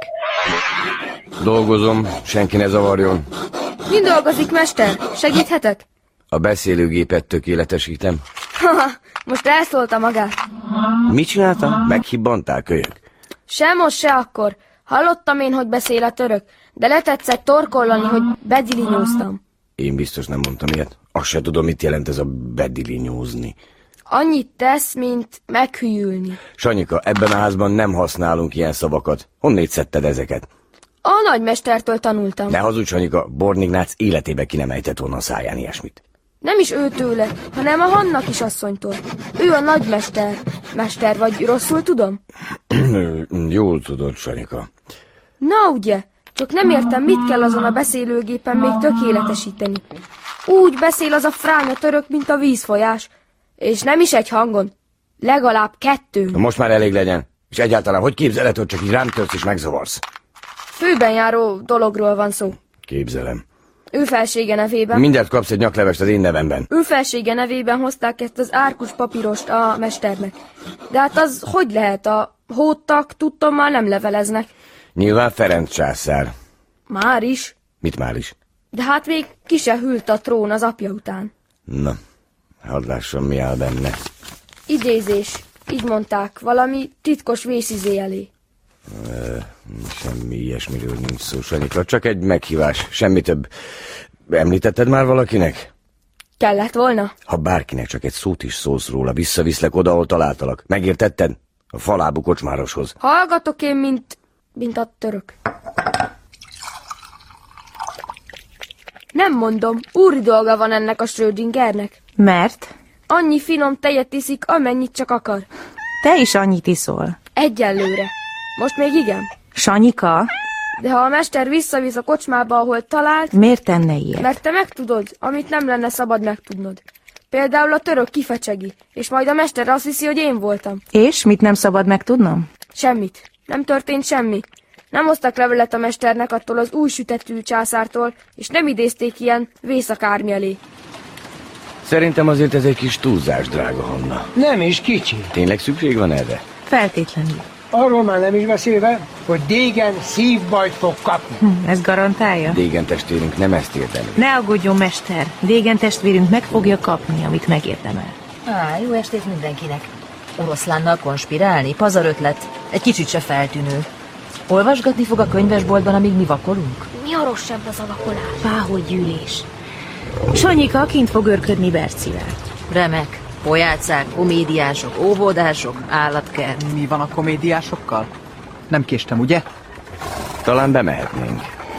F: Dolgozom, senki ne zavarjon.
O: Mind dolgozik, mester? Segíthetek?
F: A beszélőgépet tökéletesítem.
O: Haha, most elszólta magát.
F: Mit csináltam? Meghibbantál, kölyök?
O: Se most, se akkor. Hallottam én, hogy beszél a török, de letetszett torkollani, hogy bedilinyóztam.
F: Én biztos nem mondtam ilyet. Azt se tudom, mit jelent ez a bedilinyózni.
O: Annyit tesz, mint meghűlni.
F: Sanyika, ebben a házban nem használunk ilyen szavakat. Honnét szedted ezeket?
O: A nagymestertől tanultam.
F: Ne hazudj, Sanyika, Bornignác életébe ki nem ejtett volna a száján ilyesmit.
O: Nem is őtőle, hanem a Hanna kisasszonytól. Ő a nagymester. Mester vagy, rosszul tudom?
F: Jól tudod, Sanyika.
O: Na ugye, csak nem értem, mit kell azon a beszélőgépen még tökéletesíteni. Úgy beszél az a fránya török, mint a vízfolyás. És nem is egy hangon. Legalább 2.
F: Most már elég legyen. És egyáltalán, hogy képzeled, hogy csak így rám törsz és megzavarsz?
O: Főben járó dologról van szó.
F: Képzelem.
O: Ő felsége nevében...
F: Mindjárt kapsz egy nyaklevest az én nevemben.
O: Ő felsége nevében hozták ezt az árkus papírost a mesternek. De hát az hogy lehet? A hódtak tudtom már nem leveleznek.
F: Nyilván Ferenc császár.
O: Már is.
F: Mit már is?
O: De hát még ki se hűlt a trón az apja után.
F: Na, hadd lássam, mi áll benne.
O: Idézés. Így mondták, valami titkos vészizé elé.
F: Semmi ilyesmiről nincs szó, Sanyika, csak egy meghívás, semmi több. Említetted már valakinek?
O: Kellett volna?
F: Ha bárkinek csak egy szót is szólsz róla, visszaviszlek oda, ahol találtalak. Megértetted? A falábú kocsmároshoz.
O: Hallgatok én, mint a török. Nem mondom, úri dolga van ennek a Schrödingernek.
N: Mert?
O: Annyi finom tejet iszik, amennyit csak akar.
N: Te is annyit iszol.
O: Egyelőre. Most még igen.
N: Sanyika?
O: De ha a mester visszavisz a kocsmába, ahol talált...
N: Miért tenne ilyet?
O: Mert te megtudod, amit nem lenne szabad megtudnod. Például a török kifecsegi, és majd a mester azt hiszi, hogy én voltam. És mit nem szabad megtudnom? Semmit. Nem történt semmi. Nem hoztak levelet a mesternek attól az új sütetű császártól, és nem idézték ilyen vészakármi elé.
F: Szerintem azért ez egy kis túlzás, drága Hanna.
E: Nem is kicsi.
F: Tényleg szükség van erre?
N: Feltétlenül.
E: Arról már nem is beszélve, hogy Degen szívbajt fog kapni.
N: Ez garantálja?
F: Degen testvérünk nem ezt érdemli.
N: Ne aggódjon, mester. Degen testvérünk meg fogja kapni, amit megérdemel.
C: Jó estét mindenkinek. Oroszlánnal konspirálni? Pazar ötlet. Egy kicsit se feltűnő. Olvasgatni fog a könyvesboltban, amíg mi vakolunk?
O: Mi a rosszabb az a vakolás?
N: Páholy gyűlés. Sanyika kint fog örködni Bercivel.
C: Remek. Pojácák, komédiások, óvodások, állatkert.
Q: Mi van a komédiásokkal? Nem késtem, ugye?
F: Talán bemehetnénk.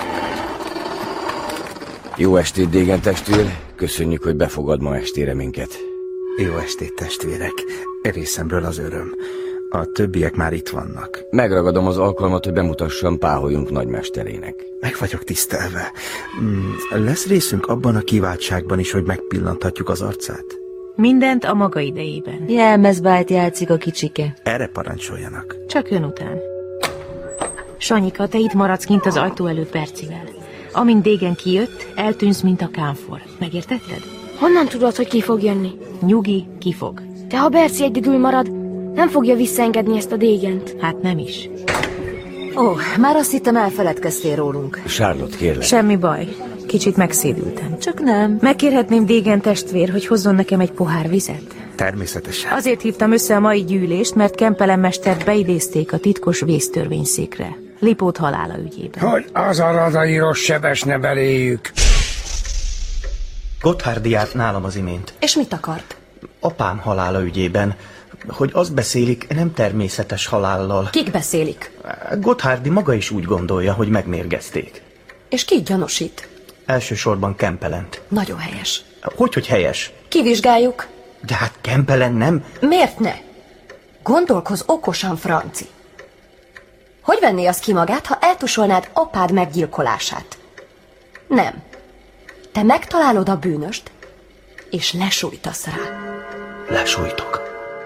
F: Jó estét, Degen testvér. Köszönjük, hogy befogad ma estére minket.
W: Jó estét, testvérek. Részemről az öröm. A többiek már itt vannak.
F: Megragadom az alkalmat, hogy bemutassam páholyunk nagymesterének.
W: Meg vagyok tisztelve. Lesz részünk abban a kiváltságban is, hogy megpillanthatjuk az arcát?
N: Mindent a maga idejében.
C: Jelmezbájt játszik a kicsike.
W: Erre parancsoljanak.
N: Csak ön után. Sanyika, te itt maradsz kint az ajtó előtt Bercivel. Amint Dégen kijött, eltűnsz, mint a kámfor. Megértetted?
O: Honnan tudod, hogy ki fog jönni?
N: Nyugi, ki fog.
O: De ha Berci egyedül marad, nem fogja visszaengedni ezt a Dégent.
N: Hát nem is.
C: Ó, már azt hittem, elfeledkeztél rólunk.
F: Charlotte, kérlek.
N: Semmi baj. Kicsit megszédültem.
C: Csak nem.
N: Megkérhetném Dégen testvér, hogy hozzon nekem egy pohár vizet?
W: Természetesen.
N: Azért hívtam össze a mai gyűlést, mert Kempelen mestert beidézték a titkos vésztörvényszékre. Lipót halála ügyében.
E: Hogy az a radai rossz sebesne beléjük.
W: Gotthárdi járt nálam az imént.
G: És mit akart?
W: Apám halála ügyében, hogy azt beszélik, nem természetes halállal.
G: Kik beszélik?
W: Gotthárdi maga is úgy gondolja, hogy megmérgezték.
G: És ki gyanúsít?
W: Elsősorban Kempelent.
G: Nagyon helyes.
W: Hogy helyes?
G: Kivizsgáljuk.
W: De hát Kempelen nem.
G: Miért ne? Gondolkozz okosan, Franci. Hogy venné az ki magát, ha eltusolnád apád meggyilkolását? Nem. Te megtalálod a bűnöst, és lesújtasz rá.
W: Lesújtok.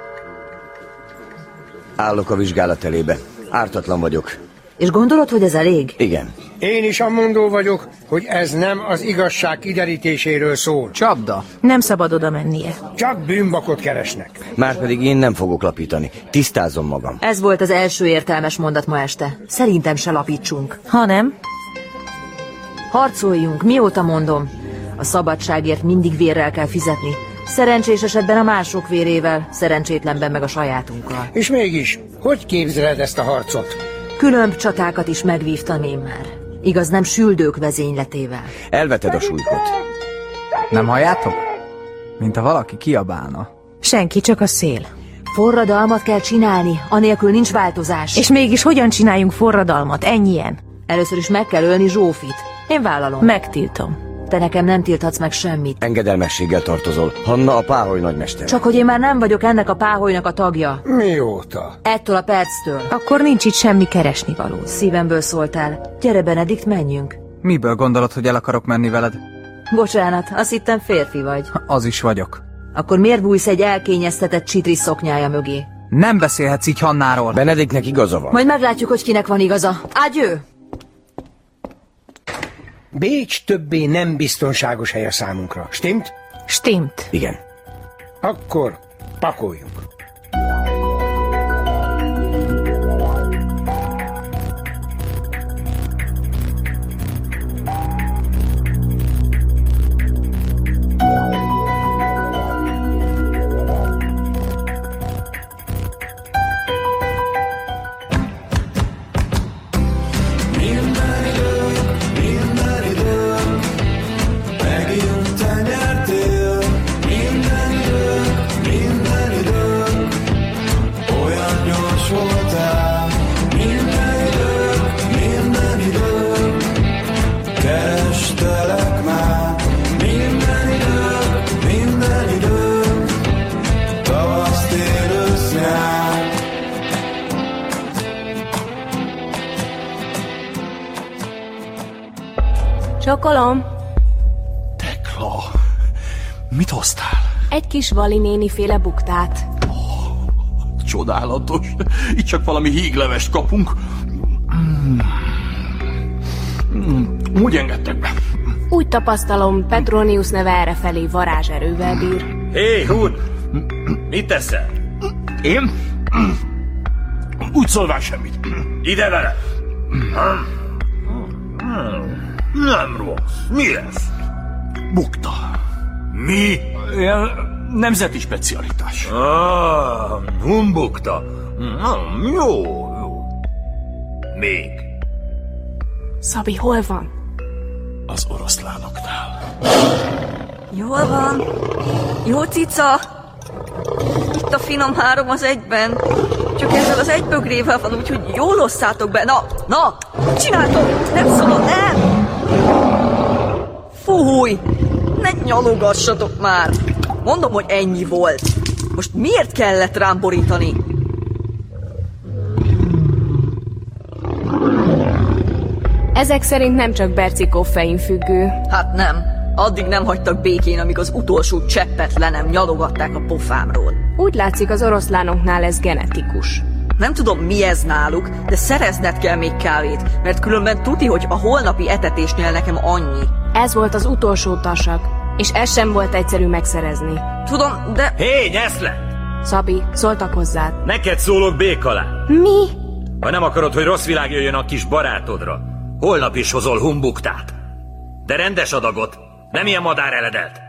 F: Állok a vizsgálat elébe. Ártatlan vagyok.
C: És gondolod, hogy ez elég?
F: Igen.
E: Én is amondó vagyok, hogy ez nem az igazság kiderítéséről szól.
Q: Csapda.
N: Nem szabad oda mennie.
E: Csak bűnbakot keresnek.
F: Márpedig én nem fogok lapítani. Tisztázom magam.
C: Ez volt az első értelmes mondat ma este. Szerintem se lapítsunk.
N: Ha nem?
C: Harcoljunk, mióta mondom. A szabadságért mindig vérrel kell fizetni. Szerencsés esetben a mások vérével, szerencsétlenben meg a sajátunkkal.
E: És mégis, hogy képzeled ezt a harcot?
C: Különb csatákat is megvívtam én már. Igaz, nem süldők vezényletével.
F: Elveted a súlykot.
Q: Nem halljátok? Mint ha valaki kiabálna.
N: Senki, csak a szél.
C: Forradalmat kell csinálni, anélkül nincs változás.
N: És mégis hogyan csináljunk forradalmat, ennyien?
C: Először is meg kell ölni Zsófit. Én vállalom.
N: Megtiltom.
C: Te nekem nem tilthatsz meg semmit.
F: Engedelmességgel tartozol. Hanna a páholy nagymester.
C: Csak hogy én már nem vagyok ennek a páholynak a tagja.
E: Mióta?
C: Ettől a perctől.
N: Akkor nincs itt semmi keresnivaló.
C: Szívemből szóltál. Gyere, Benedikt, menjünk.
Q: Miből gondolod, hogy el akarok menni veled?
C: Bocsánat, azt hittem férfi vagy.
Q: Az is vagyok.
C: Akkor miért bújsz egy elkényeztetett csitri szoknyája mögé?
Q: Nem beszélhetsz így Hannáról.
F: Benediktnek igaza van.
C: Majd meglátjuk, hogy kinek van igaza. Ágyő!
E: Bécs többé nem biztonságos hely a számunkra. Stimmt?
N: Stimmt.
F: Igen.
E: Akkor pakoljunk.
O: Csokolom.
L: Tekla, mit hoztál?
O: Egy kis Vali néniféle buktát.
L: Csodálatos. Itt csak valami híglevest kapunk. Úgy engedtek be.
O: Úgy tapasztalom, Petronius neve errefelé varázserővel bír.
M: Hé, Húd! Mit teszel?
L: Én? Úgy szólván semmit.
M: Ide vele! Nem rossz. Mi ez?
L: Bukta.
M: Mi?
L: Ilyen nemzeti specialitás.
M: Humbukta. Jó. Még.
O: Szabi, hol van?
L: Az oroszlánoknál.
A: Jól van. Jó cica. Itt a finom 3 az 1-ben. Csak ezzel az 1 bögrével van, úgyhogy jól osszátok be. Na, mit csináltok? Nem szabad, nem! Fúj! Ne nyalogassatok már! Mondom, hogy ennyi volt. Most miért kellett rám borítani?
O: Ezek szerint nem csak Berci koffein függő.
A: Hát nem. Addig nem hagytak békén, amíg az utolsó cseppet le nem nyalogatták a pofámról.
H: Úgy látszik, az oroszlánoknál ez genetikus.
A: Nem tudom, mi ez náluk, de szerezned kell még kávét, mert különben tuti, hogy a holnapi etetésnél nekem annyi.
H: Ez volt az utolsó tasak, és ez sem volt egyszerű megszerezni.
A: Tudom, de...
B: Hé, nyeszle!
H: Szabi, szóltak hozzád.
B: Neked szólok békalá.
H: Mi?
B: Ha nem akarod, hogy rossz világ jöjjön a kis barátodra, holnap is hozol humbuktát. De rendes adagot, nem ilyen madár eledelt.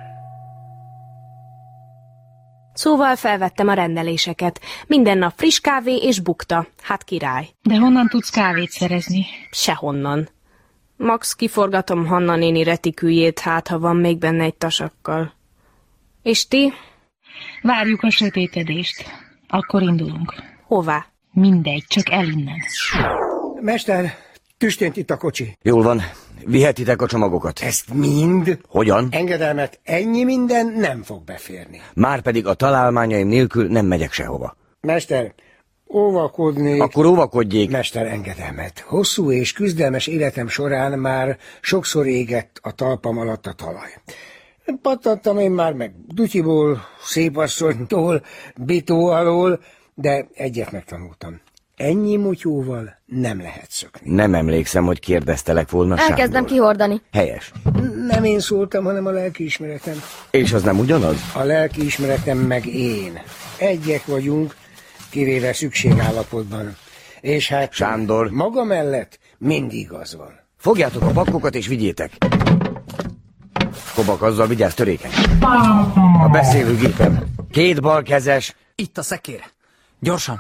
H: Szóval felvettem a rendeléseket. Minden nap friss kávé és bukta. Hát király.
N: De honnan tudsz kávét szerezni?
H: Sehonnan. Max kiforgatom Hanna néni retiküljét, hát ha van még benne egy tasakkal. És ti?
N: Várjuk a sötétedést. Akkor indulunk.
H: Hová?
N: Mindegy, csak el innen.
E: Mester, tüstént itt a kocsi.
F: Jól van, vihetitek a csomagokat.
E: Ezt mind?
F: Hogyan?
E: Engedelmet, ennyi minden nem fog beférni.
F: Márpedig a találmányaim nélkül nem megyek sehova.
E: Mester, óvakodnék...
F: Akkor óvakodjék.
E: Mester, engedelmet. Hosszú és küzdelmes életem során már sokszor égett a talpam alatt a talaj. Pattantam én már meg Dutyiból, Szépasszonytól, Bitó alól, de egyet megtanultam. Ennyi mutyóval nem lehet szökni.
F: Nem emlékszem, hogy kérdeztelek volna,
O: Elkezdem
F: Sándor.
O: kihordani.
F: Helyes.
E: Nem én szóltam, hanem a lelkiismeretem.
F: És az nem ugyanaz?
E: A lelkiismeretem meg én. Egyek vagyunk, kivéve szükségállapotban. És hát
F: Sándor,
E: maga mellett mindig az van.
F: fogjátok a pakkokat és vigyétek. Kobak, azzal vigyázz, törékeny. A beszélőgépem. 2 balkezes.
Q: Itt a szekér. Gyorsan.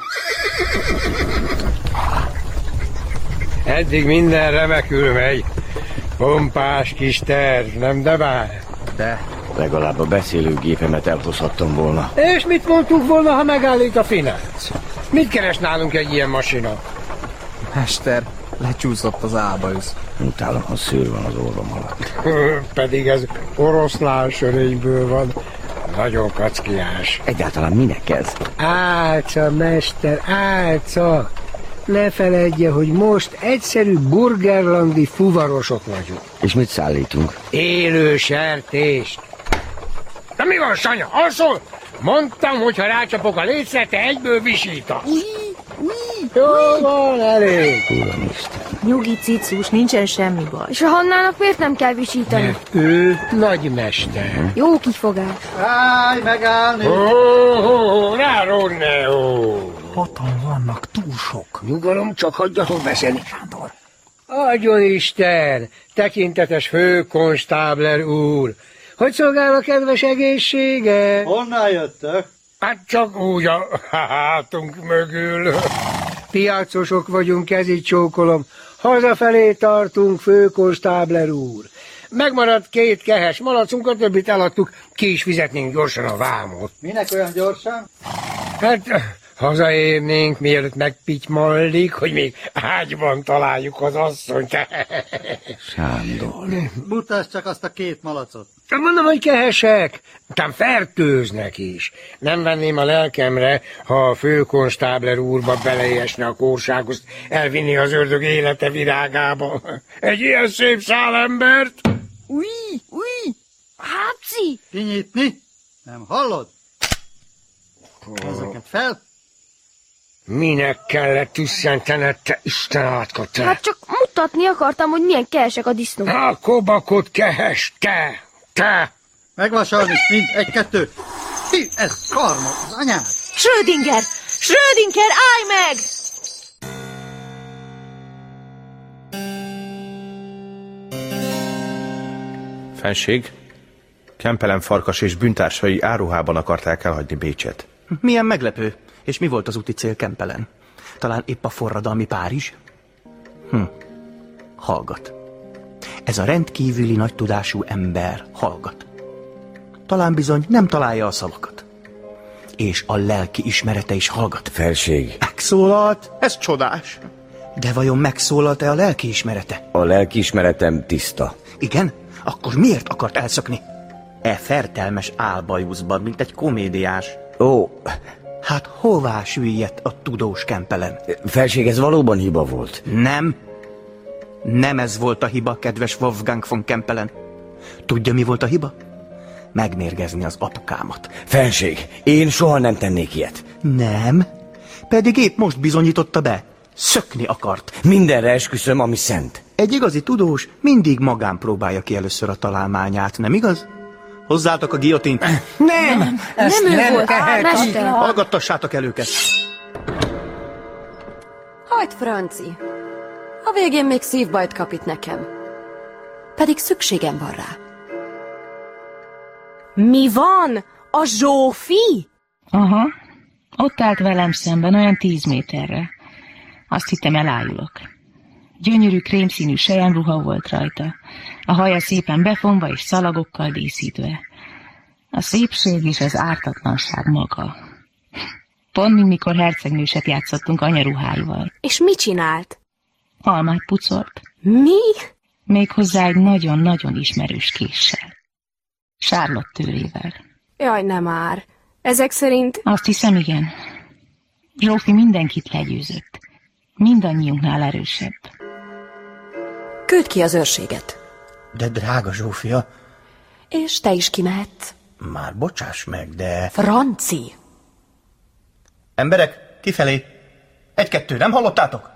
E: Eddig minden remekül megy. Pompás kis terv, nem de bár?
F: De legalább a beszélőgépemet elhozhattam volna.
E: És mit mondtuk volna, ha megállít a finánc? Mit keres nálunk egy ilyen masina?
Q: Mester, lecsúszott az álbaüsz.
F: Utálom, ha szőr van az orrom alatt.
E: Pedig ez oroszlán sörényből van. Nagyon kackiás.
F: Egyáltalán minek ez?
E: Álca, mester, álca! Ne feledje, hogy most egyszerű burgerlandi fuvarosok vagyunk.
F: És mit szállítunk?
E: Élő sertést. Na mi van, Sanya? Alszol? Mondtam, hogy ha rácsapok a lécre, te egyből visítasz. Jó van, elég.
F: Uramisten.
N: Nyugi, cicus, nincsen semmi baj.
O: És a Hannának miért nem kell visítani?
E: Mert ő nagymester.
O: Jó kifogás.
T: Állj, megállni!
E: Rá, Ronneó!
Q: 6-an vannak, túl sok.
E: Nyugalom, csak hagyjatok beszélni. Sándor. Adjon Isten, tekintetes főkonstábler úr. Hogy szolgál a kedves egészsége?
T: Honnan jöttök?
E: Hát csak úgy a hátunk mögül. Piacosok vagyunk, kezit csókolom. Hazafelé tartunk, főkonstábler úr. Megmaradt 2 kehes malacunk, a többit eladtuk, ki is fizetnénk gyorsan a vámot.
T: Minek olyan gyorsan?
E: Hát hazaérnénk, mielőtt megpitymallik, hogy még ágyban találjuk az asszonyt.
F: Sándor.
T: Mutasd csak azt a 2 malacot.
E: Mondom, hogy kehesek, után fertőznek is. Nem venném a lelkemre, ha a főkonstábler úrba beleesne a kórsághoz, elvinni az ördög élete virágába. Egy ilyen szép szálembert.
O: Új, hápci!
T: Kinyitni? Nem hallod? Ezeket fel.
E: Minek kellett tüsszentened, te Isten átka, te?
O: Hát csak mutatni akartam, hogy milyen kehesek a disznók.
E: A kobakot kehes, te!
T: Megvasalni, mind, 1, 2. Hi, ez karma, az anyád.
N: Schrödinger! Schrödinger, állj meg!
D: Fenség, Kempelen Farkas és bűntársai áruhában akarták elhagyni Bécset.
W: Milyen meglepő. És mi volt az úti cél Kempelen? Talán épp a forradalmi Párizs? Hallgat. Ez a rendkívüli nagy tudású ember hallgat. Talán bizony nem találja a szavakat. És a lelki ismerete is hallgat.
F: Felség.
W: Megszólalt? Ez csodás. De vajon megszólalt-e a lelki ismerete?
F: A lelkiismeretem tiszta.
W: Igen? Akkor miért akart elszökni? Fertelmes álbajuszban, mint egy komédiás.
F: Ó.
W: Hát hová süllyedt a tudós Kempelen?
F: Felség, ez valóban hiba volt?
W: Nem. Nem ez volt a hiba, kedves Wolfgang von Kempelen. Tudja, mi volt a hiba? Megmérgezni az apukámat.
F: Fenség, én soha nem tennék ilyet.
W: Nem, pedig épp most bizonyította be. Szökni akart.
F: Mindenre esküszöm, ami szent.
W: Egy igazi tudós mindig magán próbálja ki először a találmányát, nem igaz? Hozzátok a giotint.
E: Nem ő volt,
O: mester.
W: Hallgattassátok el őket.
G: Hagyd, Franci. A végén még szívbajt kap itt nekem. Pedig szükségem van rá.
N: Mi van? A Zsófi?
H: Aha, ott állt velem szemben, olyan 10 méterre. Azt hittem, elájulok. Gyönyörű krémszínű selyemruha volt rajta, a haja szépen befonva és szalagokkal díszítve. A szépség és az ártatlanság maga. Pont, mint mikor hercegnőset játszottunk anyaruháival.
N: És mit csinált?
H: Almát pucolt.
N: Mi?
H: Méghozzá egy nagyon-nagyon ismerős késsel. Charlotte tőrével.
O: Jaj, nem már. Ezek szerint...
H: Azt hiszem, igen. Zsófi mindenkit legyőzött. Mindannyiunknál erősebb.
G: Küld ki az őrséget.
W: De drága Zsófia.
G: És te is kimehetsz.
W: Már bocsáss meg, de...
G: Franci!
W: Emberek, kifelé. 1-2, nem hallottátok?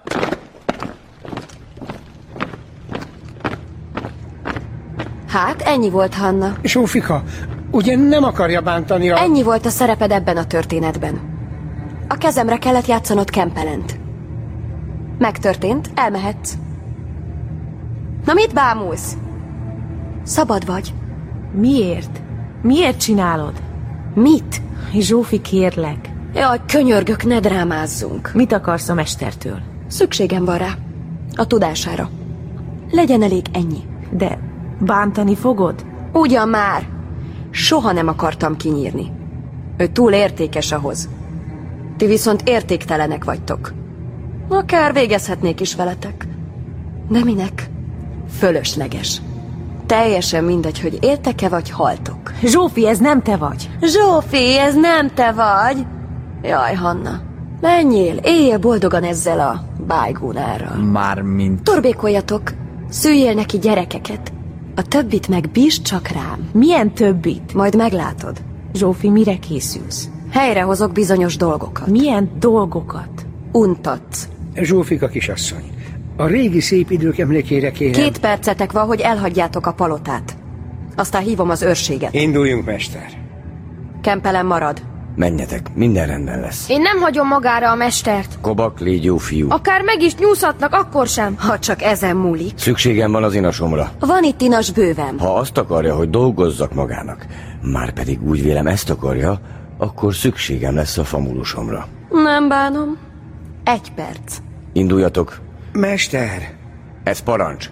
G: Hát, ennyi volt, Hanna.
E: Zsófika, ugye nem akarja bántani a...
G: Ennyi volt a szereped ebben a történetben. A kezemre kellett játszanod Kempelent. Megtörtént, elmehetsz. Na mit bámulsz? Szabad vagy.
N: Miért? Miért csinálod?
G: Mit?
N: Zsófi, kérlek.
G: Jaj, könyörgök, ne drámázzunk.
N: Mit akarsz a mestertől?
G: Szükségem van rá. A tudására. Legyen elég ennyi.
N: De bántani fogod?
G: Ugyan már. Soha nem akartam kinyírni. Ő túl értékes ahhoz. Ti viszont értéktelenek vagytok. Akár végezhetnék is veletek. De minek? Fölösleges. Teljesen mindegy, hogy éltek-e vagy haltok.
N: Zsófi, ez nem te vagy.
G: Zsófi, ez nem te vagy. Jaj, Hanna, menjél, éljél boldogan ezzel a bájgónárral.
Q: Mármint...
G: Torbékoljatok, szüljél neki gyerekeket. A többit meg bízd csak rám.
N: Milyen többit?
G: Majd meglátod.
N: Zsófi, mire készülsz?
G: Helyrehozok bizonyos dolgokat.
N: Milyen dolgokat?
G: Untatsz.
E: Zsófika kisasszony, a régi szép idők emlékére kérem...
G: 2 percetek van, hogy elhagyjátok a palotát. Aztán hívom az őrséget.
E: Induljunk, mester.
G: Kempelen marad.
F: Menjetek, minden rendben lesz.
O: Én nem hagyom magára a mestert.
F: Kobak, légy jó fiú.
O: Akár meg is nyúzhatnak, akkor sem.
G: Ha csak ezen múlik.
F: Szükségem van az inasomra.
G: Van itt inas bőven.
F: Ha azt akarja, hogy dolgozzak magának, márpedig úgy vélem ezt akarja, akkor szükségem lesz a famulusomra.
G: Nem bánom. 1 perc.
F: Induljatok.
E: Mester!
F: Ez parancs.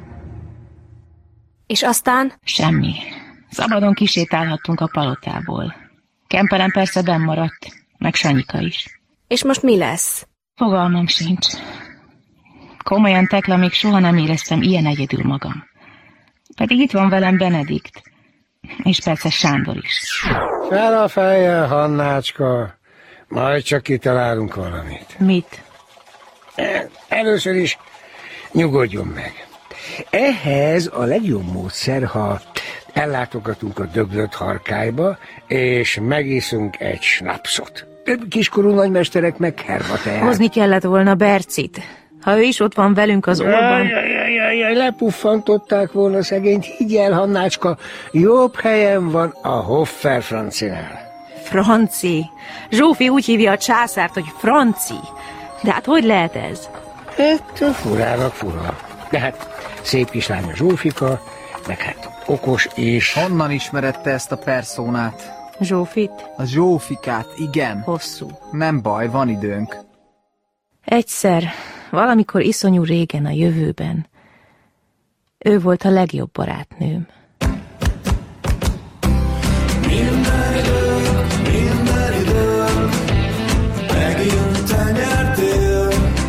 N: És aztán?
H: Semmi. Szabadon kisétálhattunk a palotából. Kempelen persze benn maradt, meg Sanyika is.
N: És most mi lesz?
H: Fogalmam sincs. Komolyan, Tekla, még soha nem éreztem ilyen egyedül magam. Pedig itt van velem Benedikt. És persze Sándor is.
E: Fel a fejjel, Hannácska. Majd csak kitalálunk valamit.
N: Mit?
E: Először is nyugodjon meg. Ehhez a legjobb módszer, ha ellátogatunk a döglött harkályba, és megiszunk egy snapszot. Kiskorú nagymesterek meg herbateát.
N: Hozni kellett volna Bercit. Ha ő is ott van velünk az orban...
E: Lepuffantották volna szegényt, higgyel, Hannácska, jobb helyen van a Hoffer Francinál.
N: Franci. Zsófi úgy hívja a császárt, hogy Franci. De hát hogy lehet ez?
E: Hát furának fura. De hát szép kislány a Zsófika, meg hát okos és...
Q: Honnan ismerette ezt a perszónát?
N: Zsófit?
Q: A Zsófikát, igen.
N: Hosszú.
Q: Nem baj, van időnk.
N: Egyszer, valamikor iszonyú régen a jövőben, ő volt a legjobb barátnőm.
P: Minden idő, megint te nyertél.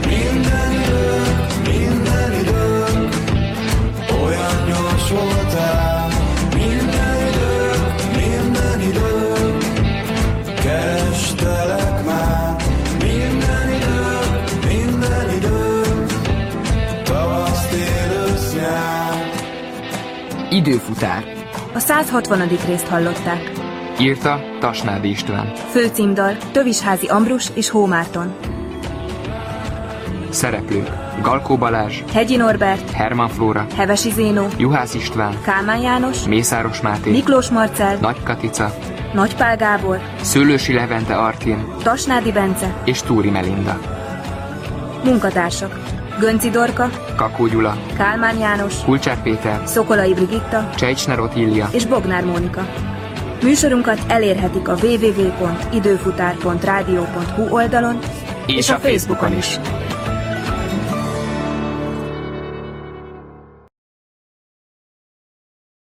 P: Minden idő, olyan gyors voltál. Minden idő, kerestelek már. Minden idő, tavasz, tél, ősz, nyár.
R: Időfutár.
S: A 160. részt hallották.
R: Írta Tasnádi István.
S: Főcímdal Tövisházi Ambrus és Hómárton.
R: Szereplők: Galkó Balázs,
S: Hegyi Norbert,
R: Herman Flóra,
S: Hevesi Zénó,
R: Juhász István,
S: Kálmán János,
R: Mészáros Máté,
S: Miklós Marcell,
R: Nagy Katica,
S: Nagypál Gábor,
R: Szőlősi Levente Artin,
S: Tasnádi Bence
R: és Túri Melinda.
S: Munkatársak: Gönci Dorka,
R: Kakó Gyula,
S: Kálmán János,
R: Kulcsár Péter,
S: Szokolai Brigitta
R: Csejcsner Otília
S: és Bognár Mónika. Műsorunkat elérhetik a www.időfutár.rádió.hu oldalon
R: és a Facebookon is.